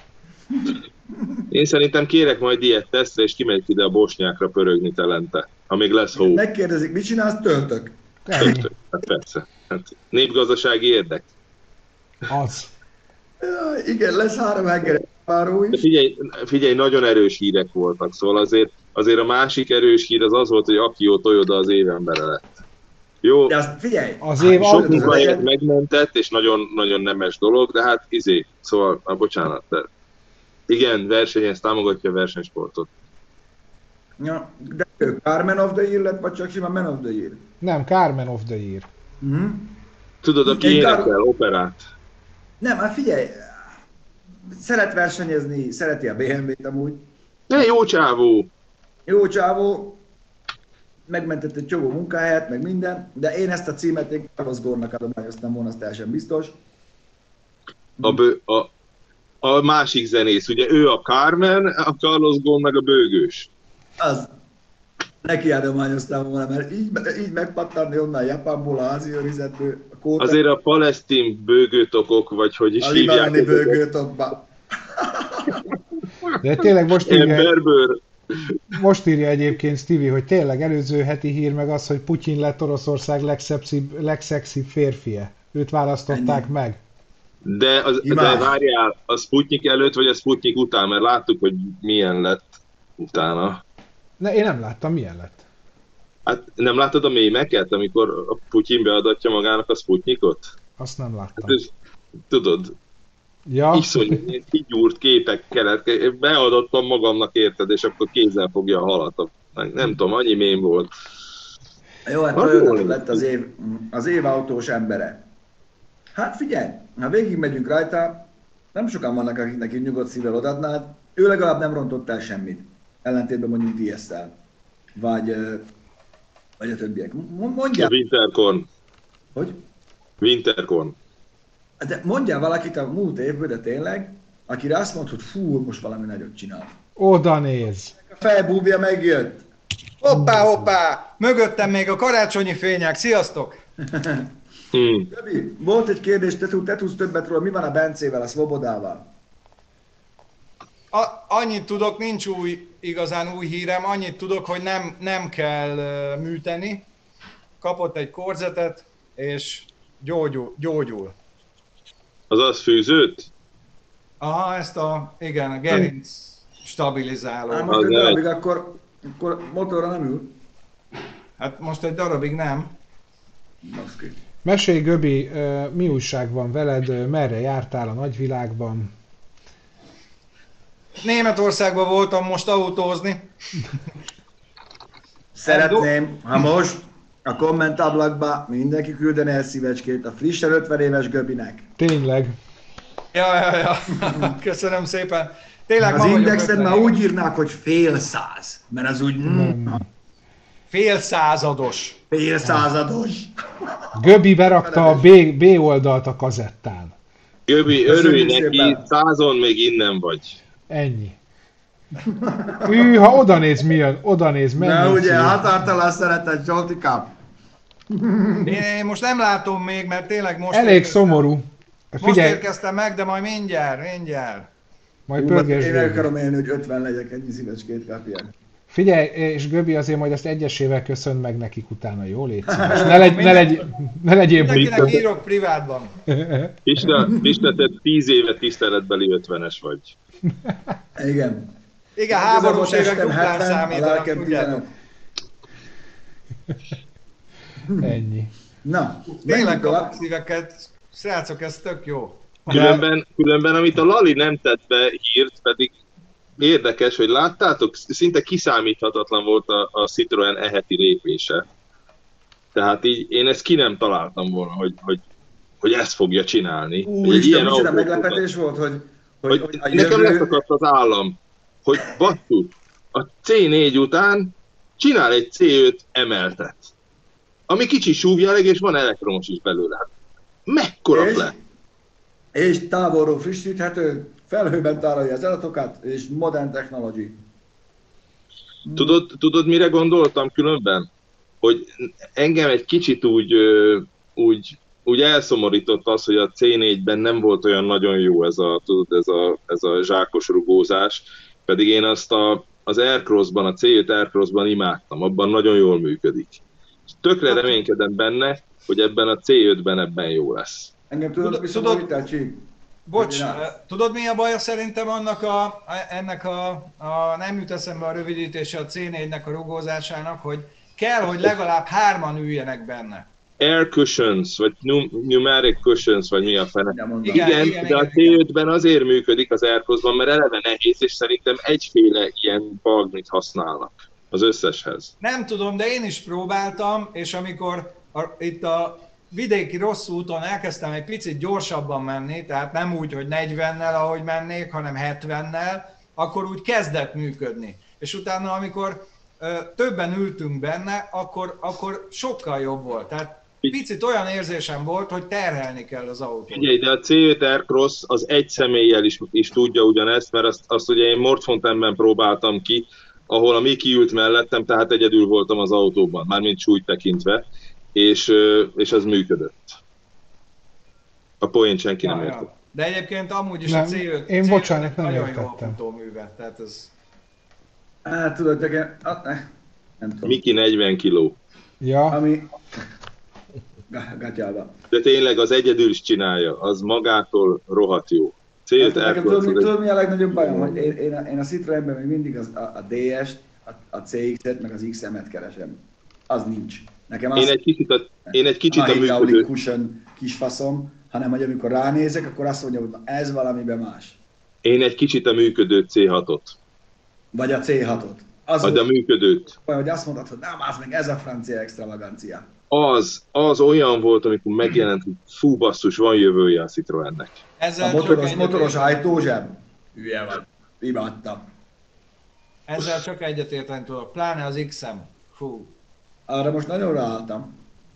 Én szerintem kérek majd ilyet tesztre, és kimegyek ide a Bosnyákra pörögni telente, ha még lesz hó. Megkérdezik, mit csinálsz? Töltök. Töltök, hát persze. Hát népgazdasági érdek. Az. Igen, lesz 3 hengeres páró is. Figyelj, nagyon erős hírek voltak, szóval azért a másik erős hír az volt, hogy Akio Toyoda az évembere lett. Jó, de azt figyelj! Az év sok munkahelyet megmentett, és nagyon, nagyon nemes dolog, de hát szóval, bocsánat, de igen, versenyez, támogatja a versenysportot. Ja, de ő Carmen of the Year lett, vagy csak sima Man of the Year? Nem, Carmen of the Year. Tudod, aki énekel operát. Nem, hát figyelj, szeret versenyezni, szereti a BMW-t amúgy. De jó csávó! Jó csávó, megmentett egy csomó munkahelyet, meg minden, de én ezt a címet én Carlos Ghosnnak adományoztam volna, az teljesen biztos. A másik zenész, ugye ő a Carmen, a Carlos Ghosn meg a bőgős. Az. Neki adományoztam volna, mert így megpattanni onnan Japánból, a ázia-rizetből, a kóta. Azért a palesztin bőgőtokok, vagy hogy is hívják. A libanoni bőgőtokba. De tényleg most írja egyébként Stevie, hogy tényleg előző heti hír meg az, hogy Putyin lett Oroszország legszexibb férfie. Őt választották meg. De várjál, a Sputnik előtt, vagy a Sputnik után, mert láttuk, hogy milyen lett utána. Én nem láttam, milyen lett. Hát nem láttad a mémeket, amikor a Putyin beadatja magának a Sputnikot? Azt nem láttam. Hát tudod, ja. Iszonyú kigyúrt képek keletkeztek, beadattam magamnak, érted, és akkor kézzel fogja a halat. Nem tudom, annyi mém volt. Jó, hát Toyota lett az év autós embere. Hát figyelj, ha végig megyünk rajta, nem sokan vannak, akiknek így nyugodt szívvel odadnád, ő legalább nem rontott el semmit. Ellentétben mondjuk DS-szel. Vagy a többiek. Mondjál. A Winterkorn. Hogy? Winterkorn. De mondjál valakit a múlt évből, de tényleg, akire azt mondta, hogy fú, most valami nagyot csinál. Oda néz. A fejbúbja megjött. Hoppá! Mögöttem még a karácsonyi fények. Sziasztok! Gabi, volt egy kérdés, te tudsz többet róla, mi van a Bencével, a Svobodával? Annyit tudok, nincs igazán új hírem, annyit tudok, hogy nem kell műteni. Kapott egy korzetet, és gyógyul. Azaz fűzőt? Aha, a gerinc stabilizáló. Hát most egy darabig akkor motorra nem ül? Hát most egy darabig nem. Maszki. Mesélj, Göbi, mi újság van veled, merre jártál a nagyvilágban? Németországban voltam most autózni. Szeretném, ha most a kommentablakba mindenki küldene el szívecskét a frissen 50 éves Göbinek. Tényleg. Ja. Köszönöm szépen. Tényleg az indexen már úgy írnák, hogy fél száz, mert az úgy... Félszázados. Göbi berakta a B oldalt a kazettán. Göbi, örülj neki, 100-on még innen vagy. Ennyi. Ha oda néz, mi jön? Oda néz, menj. Na ugye, határtalan szeretett Zsoltikám. Én most nem látom még, mert tényleg most Elég szomorú. Most Figyelj, érkeztem meg, de majd mindjárt. majd Én pörgesd el végig. akarom élni, hogy 50 legyek, ennyi szívecskét kapják. Figyelj, és Göbi azért majd ezt egyesével köszönd meg nekik utána, jó? Légy szíves. Ne legyél Mindenkinek buta. írok privátban. Pista, te 10 éve tiszteletbeli 50-es vagy. Igen. Igen, háborús évek testem után 70, a számítanak, lelkem tudjátok. 15. Ennyi. Na, Tényleg menjünk tovább. kapok szíveket. Srácok, ez tök jó. Különben, amit a Lali nem tett be hírt, pedig érdekes, hogy láttátok, szinte kiszámíthatatlan volt a Citroen heti lépése. Tehát így én ezt ki nem találtam volna, hogy ezt fogja csinálni. Hogy egy Isten, micsoda autót meglepetés volt, hogy a nekem jövő... leszakadt az állam, hogy basszus, a C4 után csinál egy C5 emeltet, ami kicsi súlyjelleg, és van elektromos is belőle. Mekkora le? És távolról frissíthető, felhőben tárolja az adatokat, és modern technology. Tudod, mire gondoltam különben? Hogy engem egy kicsit úgy elszomorított az, hogy a C4-ben nem volt olyan nagyon jó ez a zsákos rugózás, pedig én azt az Aircrossban, a C5 Aircrossban imádtam, abban nagyon jól működik. Tökre reménykedem benne, hogy ebben a C5-ben ebben jó lesz. Engem tudod visszamorítál, Csík? Bocs, tudod mi a baja szerintem ennek nem jut eszembe a rövidítése a C4-nek a rugózásának, hogy kell, hogy legalább 3-an üljenek benne. Air cushions, vagy pneumatic cushions, vagy mi a fene. Igen, de a C5-ben azért működik az Aircrossban, mert eleve nehéz, és szerintem egyféle ilyen bagnit használnak az összeshez. Nem tudom, de én is próbáltam, és amikor itt a vidéki rossz úton elkezdtem egy picit gyorsabban menni, tehát nem úgy, hogy 40-nel, ahogy mennék, hanem 70-nel, akkor úgy kezdett működni. És utána, amikor többen ültünk benne, akkor sokkal jobb volt. Tehát picit olyan érzésem volt, hogy terhelni kell az autót. Figyelj, de a C5 Aircross az egy személlyel is tudja ugyanezt, mert azt ugye én Mortfontaine-ben próbáltam ki, ahol a Miki ült mellettem, tehát egyedül voltam az autóban, mármint súlyt tekintve, és az működött. A poént senki nem értett. Ja. De egyébként amúgy is Nem, a C5 én bocsánat, nem nagyon jó értettem. futóművet, tehát ez... Hát tudod, nem tudom. Miki 40 kiló. Ja, Ami... Gatyába. De tényleg az egyedül is csinálja, az magától rohadt jó. C5 Aircross Tudod, mi a legnagyobb bajom? Hogy én a Citroenben még mindig a DS-t, a CX-et, meg az XM-et keresem. Az nincs. Nekem az... Én egy kicsit a hydraulic cushion kisfaszom, hanem hogy amikor ránézek, akkor azt mondja, hogy na, ez valamiben más. Én egy kicsit a működő C6-ot. Vagy a C6-ot. Vagy a működőt. Hogy azt mondod, hogy nem, az meg ez a francia extravagancia. Az olyan volt, amikor megjelent, hogy fú basszus, van jövője a Citroennek. A motoros ajtózseb? Hülye van. Imádtam. Ezzel csak egyetérteni tudok, pláne az XM. Fú. Arra most nagyon ráálltam.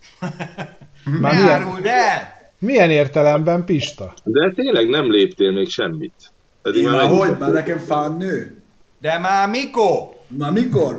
Ne áruld el! milyen értelemben, Pista? De tényleg nem léptél még semmit. Én már hogy? Már nekem fán nő. De már mikor? Már mikor?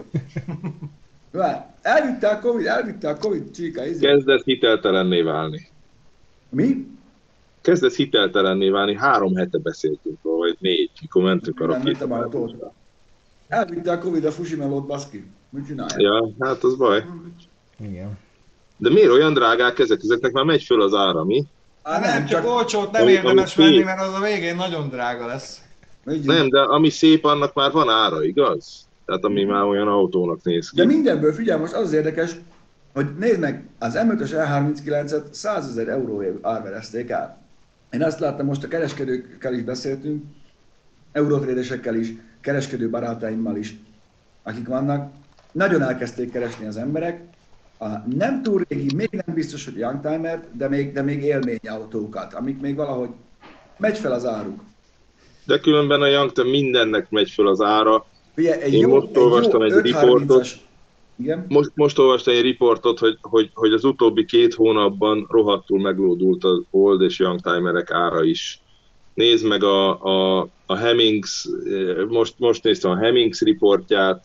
Elvitte a Covid, csíka, izé. Kezdett hiteltelenné válni. Mi? Kezdett hiteltelenné válni, 3 hete beszéltünk róla, vagy 4, mikor mentünk a rakétába. Elvitte a Covid a Fusimelót, baszki. Mit csinálja? Ja, hát az baj. Igen. De miért olyan drágák ezek? Ezeknek már megy föl az ára, mi? Nem, csak olcsót nem érdemes venni, mert az a végén nagyon drága lesz. Nem, de ami szép, annak már van ára, igaz? Tehát ami már olyan autónak néz ki. De mindenből figyelj, most az érdekes, hogy nézd meg, az M5-ös E39-et 100 000 euróért árverezték el. Én azt láttam, most a kereskedőkkel is beszéltünk, eurótrédesekkel is, kereskedő barátaimmal is, akik vannak. Nagyon elkezdték keresni az emberek, a nem túl régi, még nem biztos, hogy youngtimer, de még élményautókat, amik még valahogy megy fel az áruk. De különben a youngtimer mindennek megy fel az ára. Ugye, most olvastam egy riportot. Igen? Most olvastam egy riportot, hogy az utóbbi 2 hónapban rohadtul meglódult az old és youngtimerek ára is. Nézd meg a Hemmings, most néztem a Hemmings riportját,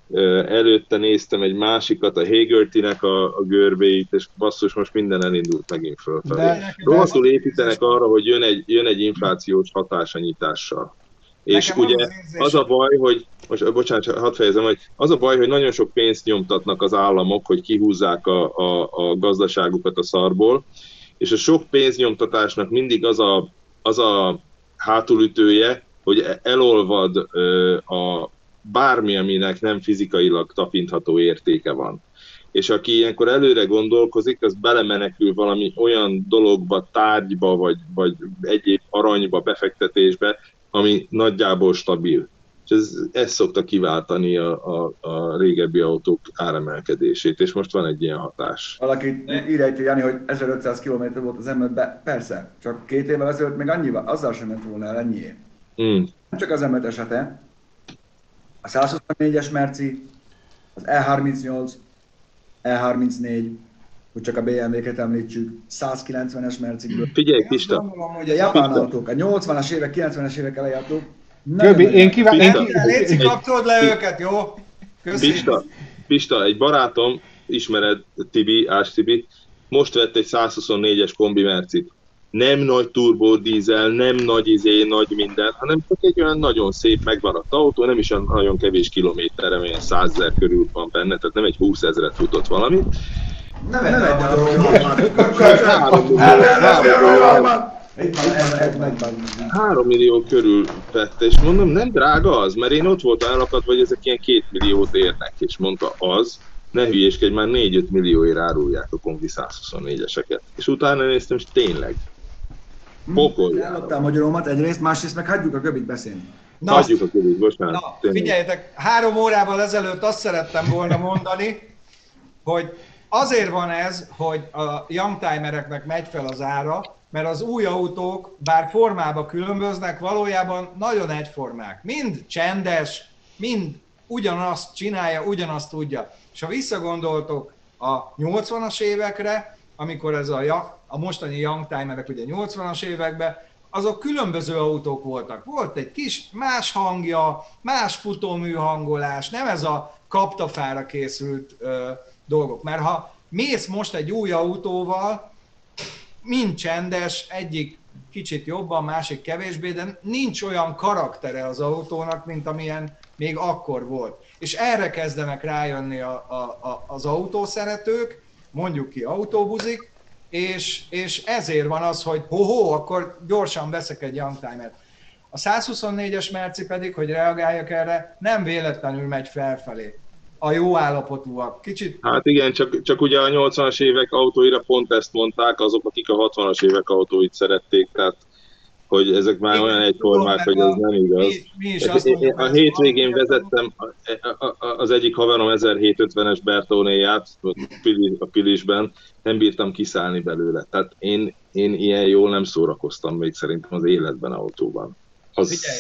előtte néztem egy másikat, a Haggerty-nek a görbéit, és basszus, most minden elindult megint fölfelé. Rohadtul építenek arra, hogy jön egy inflációs hatás a nyitással. És ugye az a baj, hogy, most bocsánat, hadd fejezem, hogy az a baj, hogy nagyon sok pénzt nyomtatnak az államok, hogy kihúzzák a gazdaságukat a szarból, és a sok pénznyomtatásnak mindig az a hátulütője, hogy elolvad a bármi, aminek nem fizikailag tapintható értéke van. És aki ilyenkor előre gondolkozik, az belemenekül valami olyan dologba, tárgyba, vagy egyéb aranyba, befektetésbe, ami nagyjából stabil. És ez szokta kiváltani a régebbi autók áremelkedését, és most van egy ilyen hatás. Valaki írja, Jani, hogy 1500 km volt az M5-be. Persze, csak 2 évvel ezelőtt még annyival, azzal sem ment volna el ennyié. Nem csak az M5 esete, a 124-es Merci, az E38, E34, hogy csak a BMW-ket említsük, 190-es Mercikből. Figyelj, Pista! Gondolom, hogy a japán autók, a 80-as évek, 90-es évek elejé autók, Göbi, én kívánom... Léci, kapcsold le őket, jó? Pista, egy barátom, ismered Tibi, Ás Tibi, most vett egy 124-es kombi Mercit. Nem nagy turbodízel, nem nagy nagy minden, hanem csak egy olyan nagyon szép megmaradt autó, nem is olyan nagyon kevés kilométerre, olyan 100 000 körül van benne, tehát nem egy 20 000-et futott valami. Nem egy dolog. 3 millió körül vette, és mondom, nem drága az, mert én ott voltam elakadva, hogy ezek ilyen 2 milliót érnek, és mondta az, ne hülyéskedj, már 4-5 millióért árulják a kombi 124-eseket. És utána néztem, és tényleg. Pokoljára. Eladtál magyaromat egyrészt, másrészt meg hagyjuk a Göbit beszélni. Hagyjuk a Göbit, bocsánat. Figyeljetek, 3 órával ezelőtt azt szerettem volna mondani, hogy azért van ez, hogy a youngtimereknek megy fel az ára, mert az új autók, bár formában különböznek, valójában nagyon egyformák. Mind csendes, mind ugyanazt csinálja, ugyanazt tudja. És ha visszagondoltok a 80-as évekre, amikor ez a mostani youngtimerek ugye 80-as években, azok különböző autók voltak. Volt egy kis más hangja, más futómű hangolás, nem ez a kaptafára készült dolgok. Mert ha mész most egy új autóval, mind csendes, egyik kicsit jobban, másik kevésbé, de nincs olyan karaktere az autónak, mint amilyen még akkor volt. És erre kezdenek rájönni az autószeretők, mondjuk ki autóbuzik, és ezért van az, hogy akkor gyorsan veszek egy youngtimert. A 124-es Merci pedig, hogy reagáljak erre, nem véletlenül megy felfelé. A jó állapotúak. Kicsit... Hát igen, csak ugye a 80-as évek autóira pont ezt mondták, azok, akik a 60-as évek autóit szerették, tehát hogy ezek már olyan egyformák, hogy ez nem igaz. A hétvégén vezettem az egyik haverom 1750-es Bertónéját a Pilisben, nem bírtam kiszállni belőle. Tehát én ilyen jól nem szórakoztam még szerintem az életben autóban. Figyelj,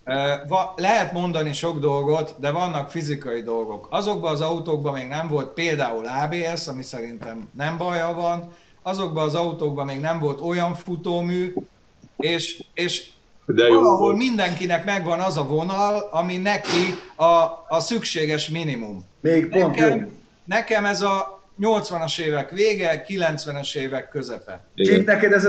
lehet mondani sok dolgot, de vannak fizikai dolgok. Azokban az autókban még nem volt például ABS, ami szerintem nem baja van, azokban az autókban még nem volt olyan futómű, és valahol mindenkinek megvan az a vonal, ami neki a szükséges minimum. Még pont nekem ez a 80-as évek vége, 90-es évek közepe. És neked ez az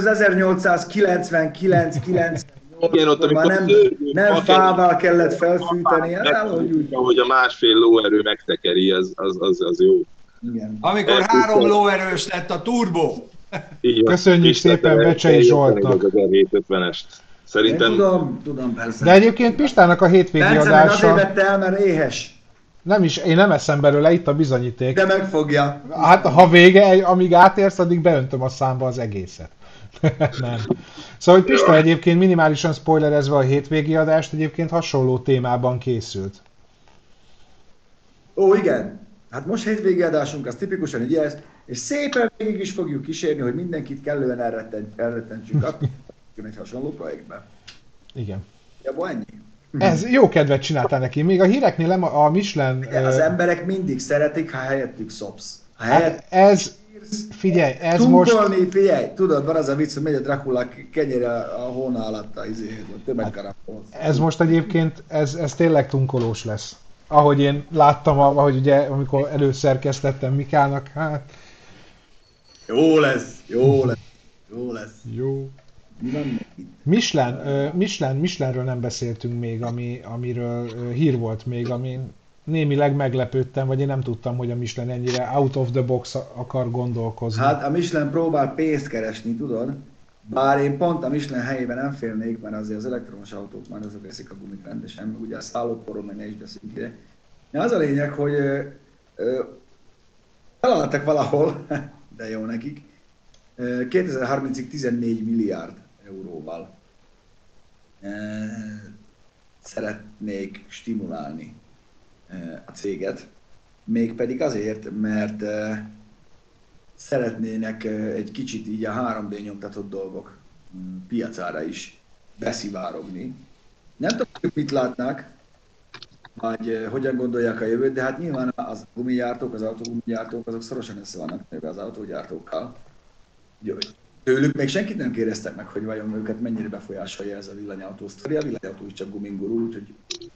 1899-90 igen, ott már nem fával kellett felfűteni, hogy a 1,5 lóerő megtekeri, az jó. Igen. Amikor 3 lóerős lett a turbo. Köszönjük szépen Becsei Zsoltnak. Az 750-est. Szerintem... Tudom persze. De egyébként Pistának a hétvégi adása... Bence azért vette el, mert éhes. Én nem eszem belőle, itt a bizonyíték. De megfogja. Hát ha vége, amíg átérsz, addig beöntöm a számba az egészet. Nem. Szóval, hogy Pista egyébként minimálisan spoilerezve a hétvégi adást, egyébként hasonló témában készült. Ó, igen. Hát most hétvégi adásunk, az tipikusan így ez, és szépen végig is fogjuk kísérni, hogy mindenkit kellően elrettentsük egy hasonló projektben. Igen. Jabba ennyi. Ez jó kedvet csináltál neki. Még a híreknél a Michelin... Az emberek mindig szeretik, ha helyettük szopsz. Figyelj, ez tunkolni, most... Figyelj, tudod, van az a vicc, hogy megy a Dracula kenyére a hóna alatt a tömegkarapóhoz. Ez most egyébként, ez tényleg tunkolós lesz. ahogy én láttam, ahogy ugye, amikor előszerkesztettem Mikának, hát Jó lesz, jó lesz, jó lesz. jó. Mi van még itt? Michelinről nem beszéltünk még, amiről hír volt még, amin némileg meglepődtem, vagy én nem tudtam, hogy a Michelin ennyire out of the box akar gondolkozni. Hát a Michelin próbál pénzt keresni, tudod? Bár én pont a Michelin helyében nem félnék, mert azért az elektromos autók már azok eszik a gumit rendesen, ugye a szállóporról meg ne is beszélünk ide. De az a lényeg, hogy felálltak valahol, de jó nekik, 2030-ig 14 milliárd euróval szeretnék stimulálni a céget, mégpedig azért, mert szeretnének egy kicsit így a 3D nyomtatott dolgok piacára is beszivárogni. Nem tudom, hogy mit látnak, vagy hogyan gondolják a jövőt, de hát nyilván az gumigyártók, az autógumigyártók, azok szorosan össze vannak nőve az autógyártókkal. Tőlük még senkit nem kérdeztek meg, hogy vajon őket mennyire befolyásolja ez a villanyautó sztori. A villanyautó is csak gumingurul, úgyhogy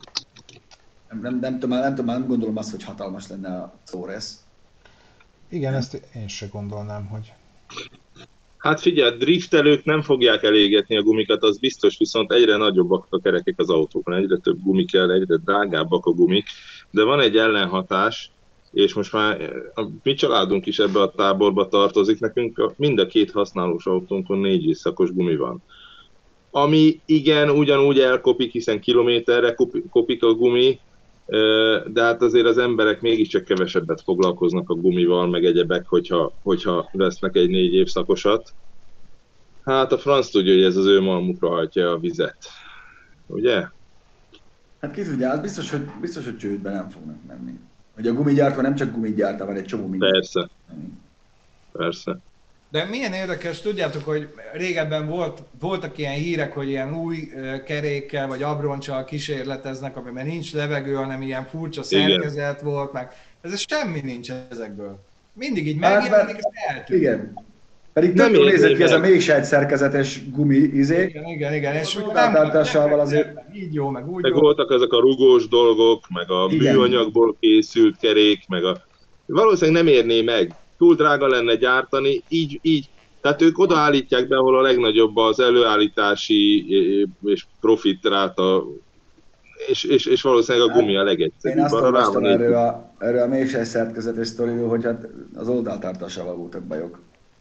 nem gondolom azt, hogy hatalmas lenne a Zores. Igen, ezt én se gondolnám, hogy... Hát figyelj, driftelők nem fogják elégetni a gumikat, az biztos, viszont egyre nagyobbak a kerekek az autókon, egyre több gumi kell, egyre drágábbak a gumik, de van egy ellenhatás, és most már a mi családunk is ebbe a táborba tartozik, nekünk mind a két használós autónkon 4 évszakos gumi van. Ami igen, ugyanúgy elkopik, hiszen kilométerre kopik a gumi, de hát azért az emberek mégiscsak kevesebbet foglalkoznak a gumival, meg egyebek, hogyha vesznek egy 4 évszakosat. Hát a franc tudja, hogy ez az ő malmukra hajtja a vizet. Ugye? Hát ki tudja, az biztos, hogy csődbe nem fognak menni. Hogy a gumigyártó nem csak gumigyártó, van egy csomó minden. Persze. Persze. De milyen érdekes, tudjátok, hogy régebben voltak ilyen hírek, hogy ilyen új kerékkel vagy abroncsal kísérleteznek, amiben nincs levegő, hanem ilyen furcsa szerkezet volt, meg ez semmi nincs ezekből. Mindig így megjelenik, és eltűnik. Igen. Pedig tök jól nézett ki ez a mélysejt szerkezetes gumi izé. Igen. És nem azért... így jó, meg úgy meg jó. voltak ezek a rugós dolgok, meg a műanyagból készült kerék, meg a... Valószínűleg nem érné meg. Túl drága lenne gyártani, így. Tehát ők odaállítják be, ahol a legnagyobb az előállítási és profit ráta, és valószínűleg a gumi a legegyszerűbb. Én azt olvastam erről a mélysejt szerkezetes sztoriról, hogy hát az oldaltartásával voltak bajok.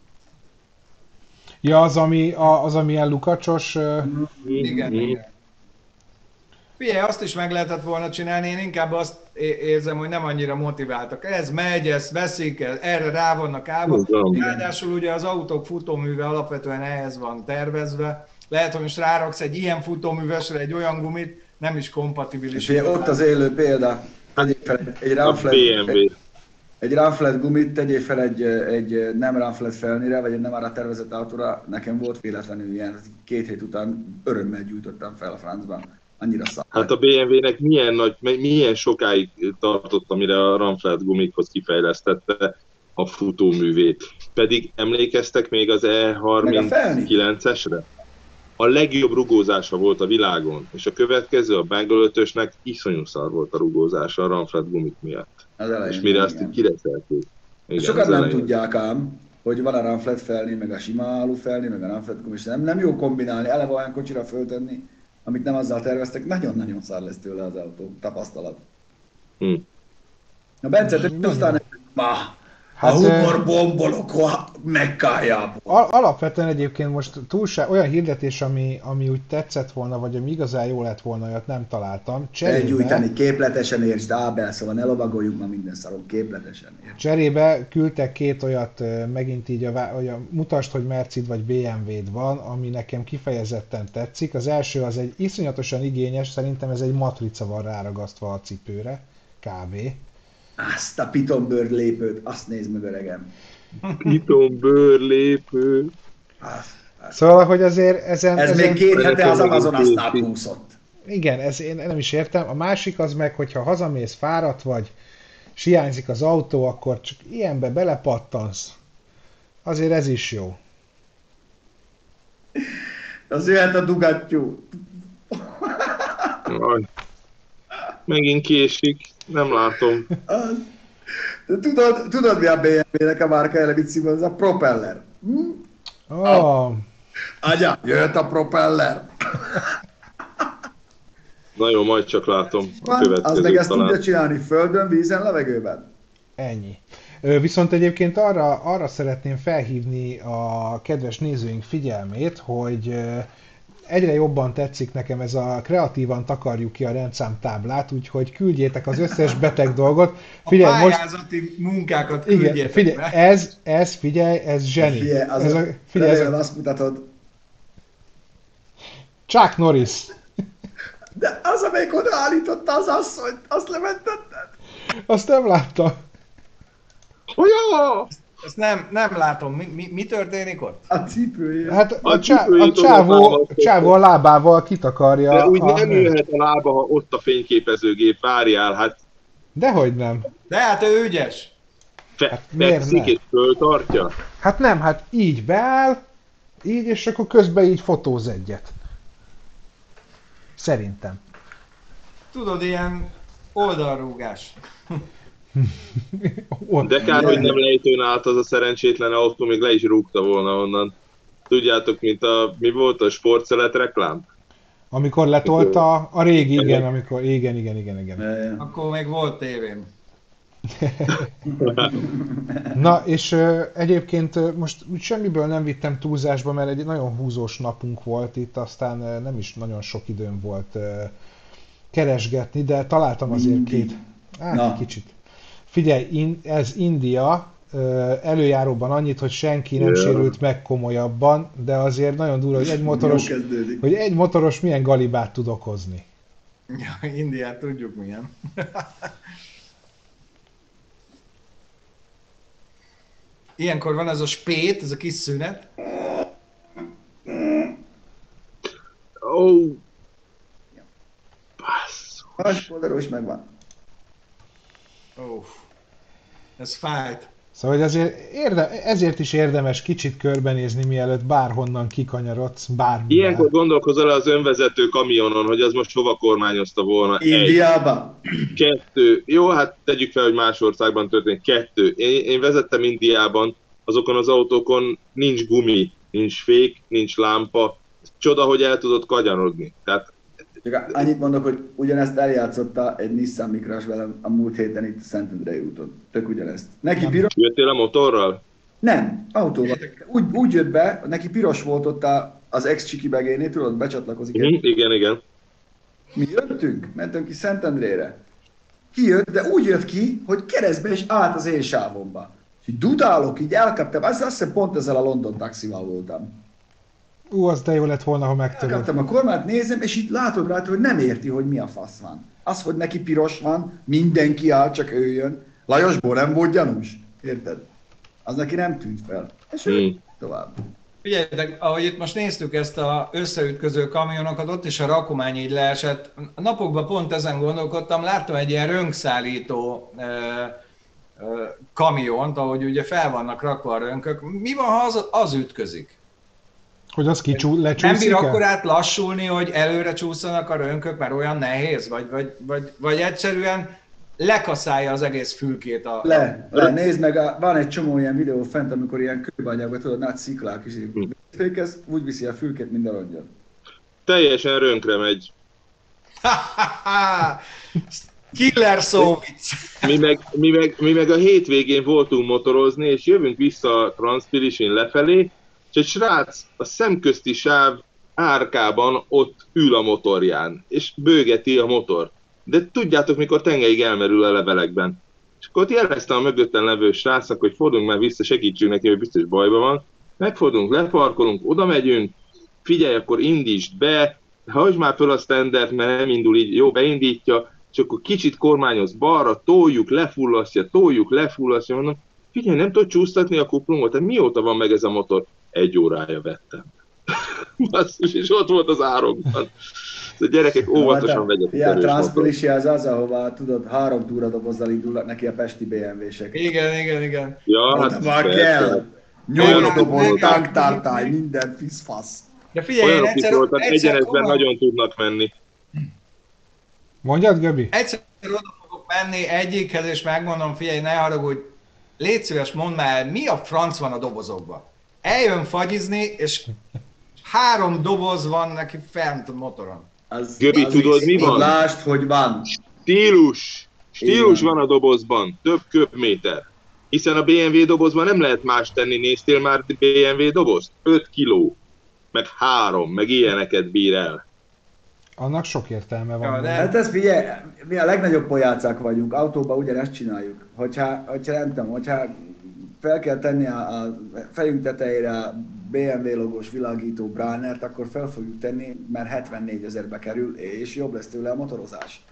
Ja, az ami ilyen lukacsos... Igen. Figyelj, azt is meg lehetett volna csinálni, én inkább azt érzem, hogy nem annyira motiváltak. Ez megy, ezt veszik, erre rá vannak állva. Ráadásul ugye az autók futóműve alapvetően ehhez van tervezve. Lehet, hogy most ráraksz egy ilyen futóművesre egy olyan gumit, nem is kompatibilis. És ott az élő példa, egy runflat gumit tegyél fel egy nem runflat felnire, vagy egy nem arra tervezett autóra. Nekem volt véletlenül ilyen, 2 hét után örömmel gyújtottam fel a francban. Annyira szar. Hát a BMW-nek milyen sokáig tartott, amire a runflat gumikhoz kifejlesztette a futóművét. Pedig emlékeztek még az E39-esre? A legjobb rugózása volt a világon, és a következő, a Bengal 5-ösnek iszonyú szar volt a rugózása a runflat gumik miatt. És mire azt így kireszelték. Sokan nem tudják ám, hogy van a runflat felni, meg a sima alu felni, meg a runflat gumi, és nem jó kombinálni, eleve olyan kocsira föltenni, amit nem azzal terveztek, nagyon-nagyon szar lesz tőle az autó, tapasztalat. Na Bence, te aztán a humorbombolok Mekkájából. Alapvetően egyébként most olyan hirdetés, ami úgy tetszett volna, vagy ami igazán jó lett volna, olyat nem találtam. Elgyújtani, képletesen értsd, Ábel, szóval ne lovagoljuk ma minden szaron, képletesen értsd. Cserébe küldtek 2 olyat megint így, mutasd, hogy Mercid vagy BMW-d van, ami nekem kifejezetten tetszik. Az első az egy iszonyatosan igényes, szerintem ez egy matrica van ráragasztva a cipőre, kb. Azt a pitonbőr lépőt, azt nézd meg, öregem. Pitonbőr lépő. Szóval, hogy azért ezen... Ez még 2 hete az Amazon aztán úszott. Igen, ez én nem is értem. A másik az meg, hogyha hazamész, fáradt vagy, és hiányzik az autó, akkor csak ilyenbe belepattansz. Azért ez is jó. Az jöhet a dugattyú. Megint késik. Nem látom. De tudod mi a BMW-nek a márka elevicében? Ez a propeller. Oh, Agya, jöhet a propeller. Na jó, majd csak látom a Az meg következőt ezt tudja talán. csinálni földön, vízen, levegőben. ennyi. Viszont egyébként arra szeretném felhívni a kedves nézőink figyelmét, hogy egyre jobban tetszik nekem ez a kreatívan takarjuk ki a rendszámtáblát, úgyhogy küldjétek az összes beteg dolgot. Figyelj, A most... pályázati munkákat Igen, küldjétek figyelj, be. figyelj, ez zseni. Figyelj, azt mutatod. Chuck Norris. De az, amelyik odaállította az asszonyt, azt lementetted. Azt nem láttam. Olyan! Ezt nem látom. Mi történik ott? A cipője. Hát A cipőjét oda csávó a lábával kitakarja. De úgy nem jöhet a lába, ha ott a fényképezőgép, várjál, hát Dehogy nem. De hát ő ügyes. miért fekszik ne? és föltartja. Hát nem, hát így beáll, így, és akkor közben így fotóz egyet. Szerintem. Tudod, ilyen oldalrúgás. De kár, hogy nem lejtőn állt az a szerencsétlen autó, még le is rúgta volna onnan. Tudjátok, mint mi volt a sportszelet reklám? Amikor letolta a régi, igen, amikor, igen. Akkor még volt tévém. Na, és egyébként most úgy semmiből nem vittem túlzásba, mert egy nagyon húzós napunk volt itt, aztán nem is nagyon sok időm volt keresgetni, de találtam azért két, kicsit. Figyelj, ez India, előjáróban annyit, hogy senki nem sérült meg komolyabban, de azért nagyon durva, hogy egy motoros milyen galibát tud okozni. Ja, Indiát tudjuk milyen. Ilyenkor van ez a spét, ez a kis szünet. Ó, basszus. Másoldalról is megvan. Ez fájt. Szóval hogy ezért is érdemes kicsit körbenézni, mielőtt bárhonnan kikanyarodsz, bármivel. Ilyenkor gondolkozol az önvezető kamionon, hogy az most hova kormányozta volna. Indiában. 2. Jó, hát tegyük fel, hogy más országban történik. 2. Én vezettem Indiában, azokon az autókon nincs gumi, nincs fék, nincs lámpa. Csoda, hogy el tudod kanyarodni. Tehát Csak annyit mondok, hogy ugyanezt eljátszotta egy Nissan Micras velem a múlt héten itt a Szentendrei úton. Tök ugyanezt. Neki piros... Jöttél a motorral? Nem, autóval. Úgy jött be, neki piros volt ott az ex-csiki begénél, tudod, becsatlakozik. Igen. Mi jöttünk, mentünk ki Szentendrére. Kijött, de úgy jött ki, hogy keresztbe és állt az én sávomba. És így dudálok, így elkaptam, azt hiszem pont ezzel a London taxival voltam. Az de jó lett volna, ha megtöröd. Elkaptam a kormányt, nézem, és itt látod rajta, hogy nem érti, hogy mi a fasz van. Az, hogy neki piros van, mindenki áll, csak ő jön. Lajosból nem volt gyanús, érted? Az neki nem tűnt fel. És tovább. Figyeljetek, ahogy itt most néztük ezt az összeütköző kamionokat, ott is a rakomány így leesett. A napokban pont ezen gondolkodtam, láttam egy ilyen rönkszállító kamiont, ahogy ugye fel vannak rakva a rönkök. Mi van, ha az ütközik? Hogy az lecsúszik Nem bír el? akkor át lassulni, hogy előre csúszanak a rönkök, mert olyan nehéz? Vagy egyszerűen lekaszálja az egész fülkét a... Nézd meg, van egy csomó ilyen videó fent, amikor ilyen kőbányákban, tudod, nagy sziklák is fékez, úgy viszi a fülkét, mint a rongyot. Teljesen rönkre megy. Killer szóvic! Mi meg a hétvégén voltunk motorozni, és jövünk vissza a Transpilisin lefelé, és egy srác a szemközti sáv árkában ott ül a motorján, és bőgeti a motor. De tudjátok, mikor tengelyig elmerül a levelekben. És akkor ott jelezte a mögötten levő srácnak, hogy forduljunk már vissza, segítsünk neki, hogy biztos bajban van. Megfordulunk, leparkolunk, oda megyünk, figyelj, akkor indítsd be, hagyd már föl a standard, mert nem indul így, jó, beindítja, és akkor kicsit kormányoz balra, toljuk, lefullasztja, mondom, figyelj, nem tudod csúsztatni a kuplungot, tehát mióta van meg ez a motor? 1 órája vettem. Basszus, és ott volt az árokban. A gyerekek óvatosan vegyetek erős motor. Transpilisi az, ahová tudod, 3 túradobozzal indulnak neki a pesti BMW-sek. Igen. Ja, hát már kell. 8 doboz, tanktartály, minden fiszfasz. De figyelj, olyanok is voltak, egyenesben nagyon tudnak menni. Mondjad, Göbi? Egyszer oda fogok menni egyikhez, és megmondom, figyelj, ne haragudj, légy szíves, mondd már, mi a franc van a dobozokban? Eljön fagyizni, és 3 doboz van neki fent a motoron. Göbi, tudod, mi van? Lásd, hogy van. Stílus van a dobozban, több köbméter. Hiszen a BMW dobozban nem lehet más tenni, néztél már BMW dobozt? 5 kiló, meg 3, meg ilyeneket bír el. Annak sok értelme van. Ja, de- Hát ez figyelj, mi a legnagyobb pojácák vagyunk, autóban ugyanezt csináljuk. Hogyha nem tudom, hogyha fel kell tenni a fejünk tetejére a BMW logós világító Brannert, akkor fel fogjuk tenni, mert 74 000-be kerül, és jobb lesz tőle a motorozás.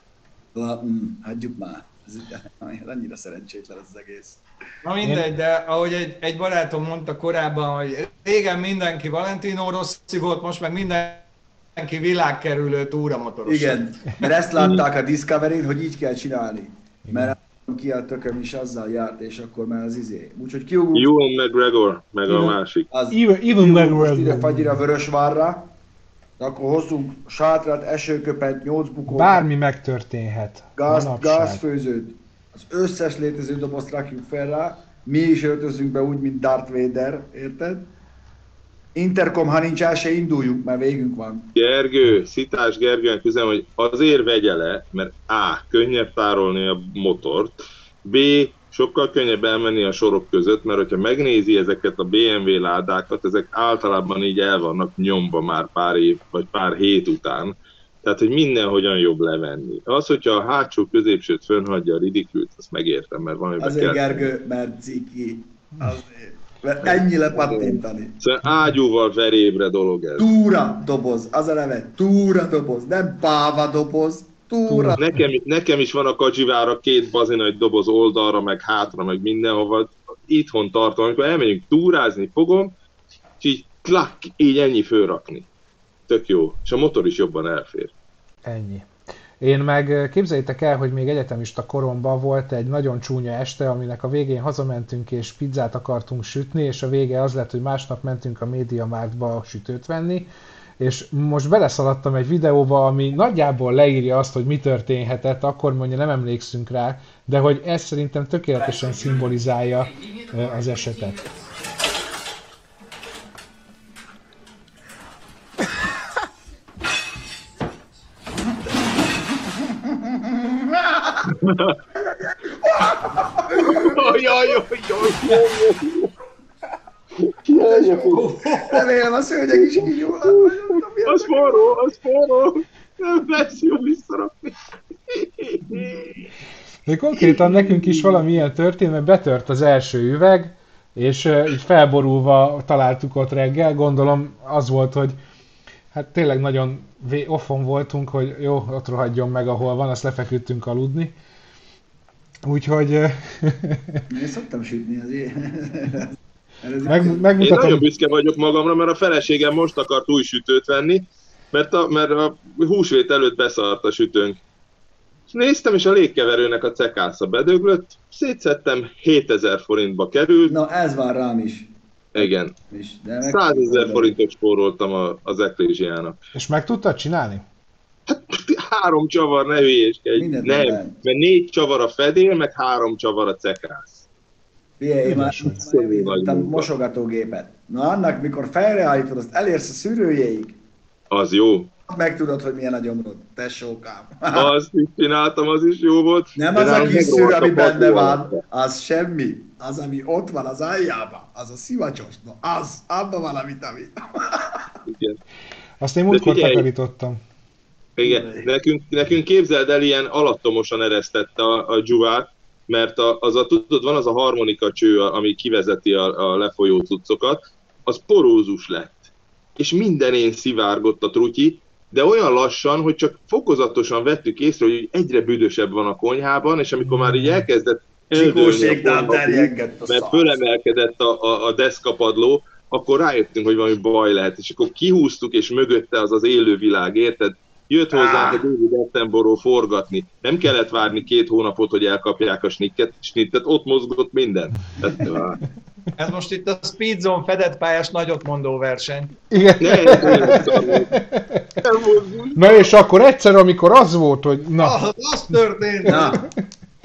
Hagyjuk már. Ez annyira szerencsétlen ez az egész. Na mindegy, de ahogy egy barátom mondta korábban, hogy régen mindenki Valentino Rossi volt, most meg mindenki világkerülő túramotoros. Igen, mert ezt látták a Discovery-n, hogy így kell csinálni. Mert ki a tököm is azzal járt, és akkor már az izé. Úgyhogy kiugrunk. Ewan McGregor, meg a másik. Even McGregor. Most ide Fagyira Vörösvárra, de akkor hozzunk sátrat, esőköpet, 8 bukót, Bármi megtörténhet. manapság. gázfőzőt, az összes létező dobozt rakjuk fel rá, mi is öltözünk be úgy, mint Darth Vader, érted? Intercom, ha nincs el, se induljunk, mert végünk van. Gergő, Szitás Gergőnek üzenem, hogy azért vegye le, mert A. könnyebb tárolni a motort, B. sokkal könnyebb elmenni a sorok között, mert hogyha megnézi ezeket a BMW ládákat, ezek általában így el vannak nyomva már pár év, vagy pár hét után. Tehát, hogy mindenhogyan jobb levenni. Az, hogyha a hátsó középsőt fönnhagyja a ridikült, azt megértem, mert valamiben Azért kell. Gergő, mert ciki. Azért. Mert ennyi lepattintani. Szóval ágyúval verébre dolog ez. Túra doboz, az a neve, túra doboz, nem páva doboz, túra. Nekem is van a kacsivára 2 bazinagy doboz oldalra, meg hátra, meg mindenhova. Itthon tartom, amikor elmegyünk túrázni, fogom, és így klak, így ennyi fölrakni. Tök jó. És a motor is jobban elfér. Ennyi. Én meg képzeljétek el, hogy még egyetemista koromban volt egy nagyon csúnya este, aminek a végén hazamentünk és pizzát akartunk sütni, és a vége az lett, hogy másnap mentünk a MediaMarktba sütőt venni, és most beleszaladtam egy videóba, ami nagyjából leírja azt, hogy mi történhetett, akkor mondja, nem emlékszünk rá, de hogy ez szerintem tökéletesen szimbolizálja az esetet. Remélem a szőnyeg is így jól Az forró, nem lesz jó visszarakni. De konkrétan nekünk is valamilyen történt, mert betört az első üveg, és így felborulva találtuk ott reggel, gondolom az volt, hogy hát tényleg nagyon offon voltunk, hogy jó, ott rohadjon meg, ahol van, azt lefeküdtünk aludni. Úgyhogy... Én szoktam sütni azért. Én nagyon büszke vagyok magamra, mert a feleségem most akart új sütőt venni, mert a húsvét előtt beszart a sütőnk. És néztem, és a légkeverőnek a cekásza bedöglött, szétszedtem, 7000 forintba került. Na ez van rám is. Igen. 100 000 forintot spóroltam az Ecclesiának. És meg tudtad csinálni? Hát 3 csavar, ne hülyéskedj. Nem, mert 4 csavar a fedél, meg 3 csavar a cekász. Figyelj, én már mosogatógépet. Na annak, mikor fejreállítod, azt elérsz a szűrőjéig. Az jó. Megtudod, hogy milyen a gyomrod, tesókám. Azt is csináltam, az is jó volt. Nem az a kis szűr, ami benne van, az semmi. Az, ami ott van az aljában, az a szivacsos. Az, abban van a vitamin. Igen. Azt én múltkor takarítottam. Igen, nekünk képzeld el, ilyen alattomosan eresztette a dzsuvát, mert tudod, van az a harmonika cső, ami kivezeti a lefolyó cuccokat, az porózus lett. És mindenén szivárgott a trutyi, de olyan lassan, hogy csak fokozatosan vettük észre, hogy egyre büdösebb van a konyhában, és amikor már így elkezdett eldőlni mert fölemelkedett a deszkapadló, akkor rájöttünk, hogy valami baj lehet, és akkor kihúztuk, és mögötte az élővilág, érted? Jött hozzánk a David Attenborough forgatni. Nem kellett várni 2 hónapot, hogy elkapják a snittet, ott mozgott minden. Ez most itt a Speed Zone fedett pályás nagyotmondó verseny. Igen. Nem na és akkor egyszer, amikor az volt, hogy na. Az történt. Na,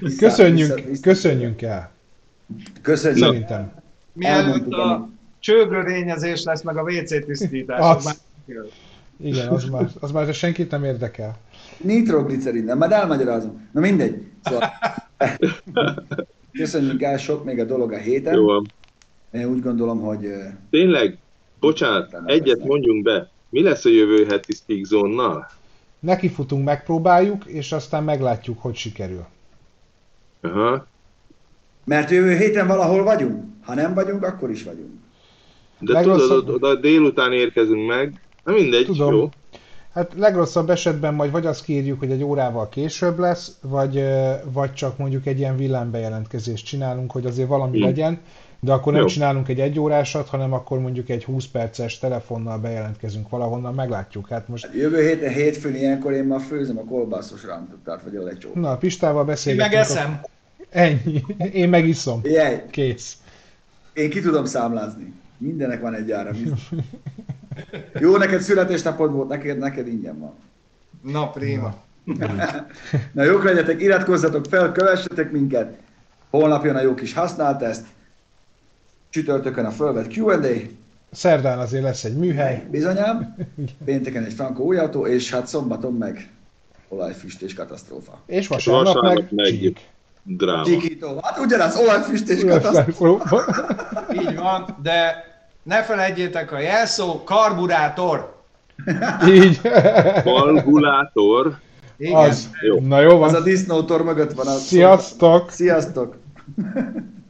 Köszönjünk el. Köszönjük. Szerintem. Mielőtt a csőgörényezés lesz, meg a WC tisztítás. Igen, az már senkit nem érdekel. Nitroglicerin, nem, majd elmagyarázom. Na mindegy. Szóval, köszönjük el, sok még a dolog a héten. Jó. Én úgy gondolom, hogy... Tényleg? Bocsánat, egyet mondjunk be. Mi lesz a jövő heti Stick Zone-nal? Nekifutunk, megpróbáljuk, és aztán meglátjuk, hogy sikerül. Aha. Mert jövő héten valahol vagyunk. Ha nem vagyunk, akkor is vagyunk. De tudod, oda délután érkezünk meg. Na mindegy, tudom. Jó. Hát legrosszabb esetben majd vagy azt kérjük, hogy egy órával később lesz, vagy csak mondjuk egy ilyen villámbejelentkezést csinálunk, hogy azért valami legyen, de akkor nem csinálunk egy 1 órásat, hanem akkor mondjuk egy 20 perces telefonnal bejelentkezünk valahonnan, meglátjuk. Hát most... Jövő héten hétfőn ilyenkor én már főzöm a kolbászos rántottát, vagy a lecsót. Na, Pistával beszélgetünk. Én megeszem. Ennyi. Én megiszom. Jaj. Kész. Én ki tudom számlázni. Mindenek van egy ára. Jó, neked születésnapod volt, neked ingyen van. Na, prima. Na jók legyetek, iratkozzatok fel, kövessetek minket. Holnap jön a jó kis használteszt. Csütörtökön a fölvett Q&A. Szerdán azért lesz egy műhely. Bizonyám. Pénteken egy frankó új autó, és hát szombaton meg olajfüst és katasztrófa. És vasárnap meg csík. Dráma. Csíkító. Hát ugyanaz, olajfüst és katasztrófa. Így van, de ne felejtjétek a jelszó, karburátor. Így. Kalkulátor. Igen. Az. Jó. Na jó van. Az a disznótor mögött van. Sziasztok! Sziasztok!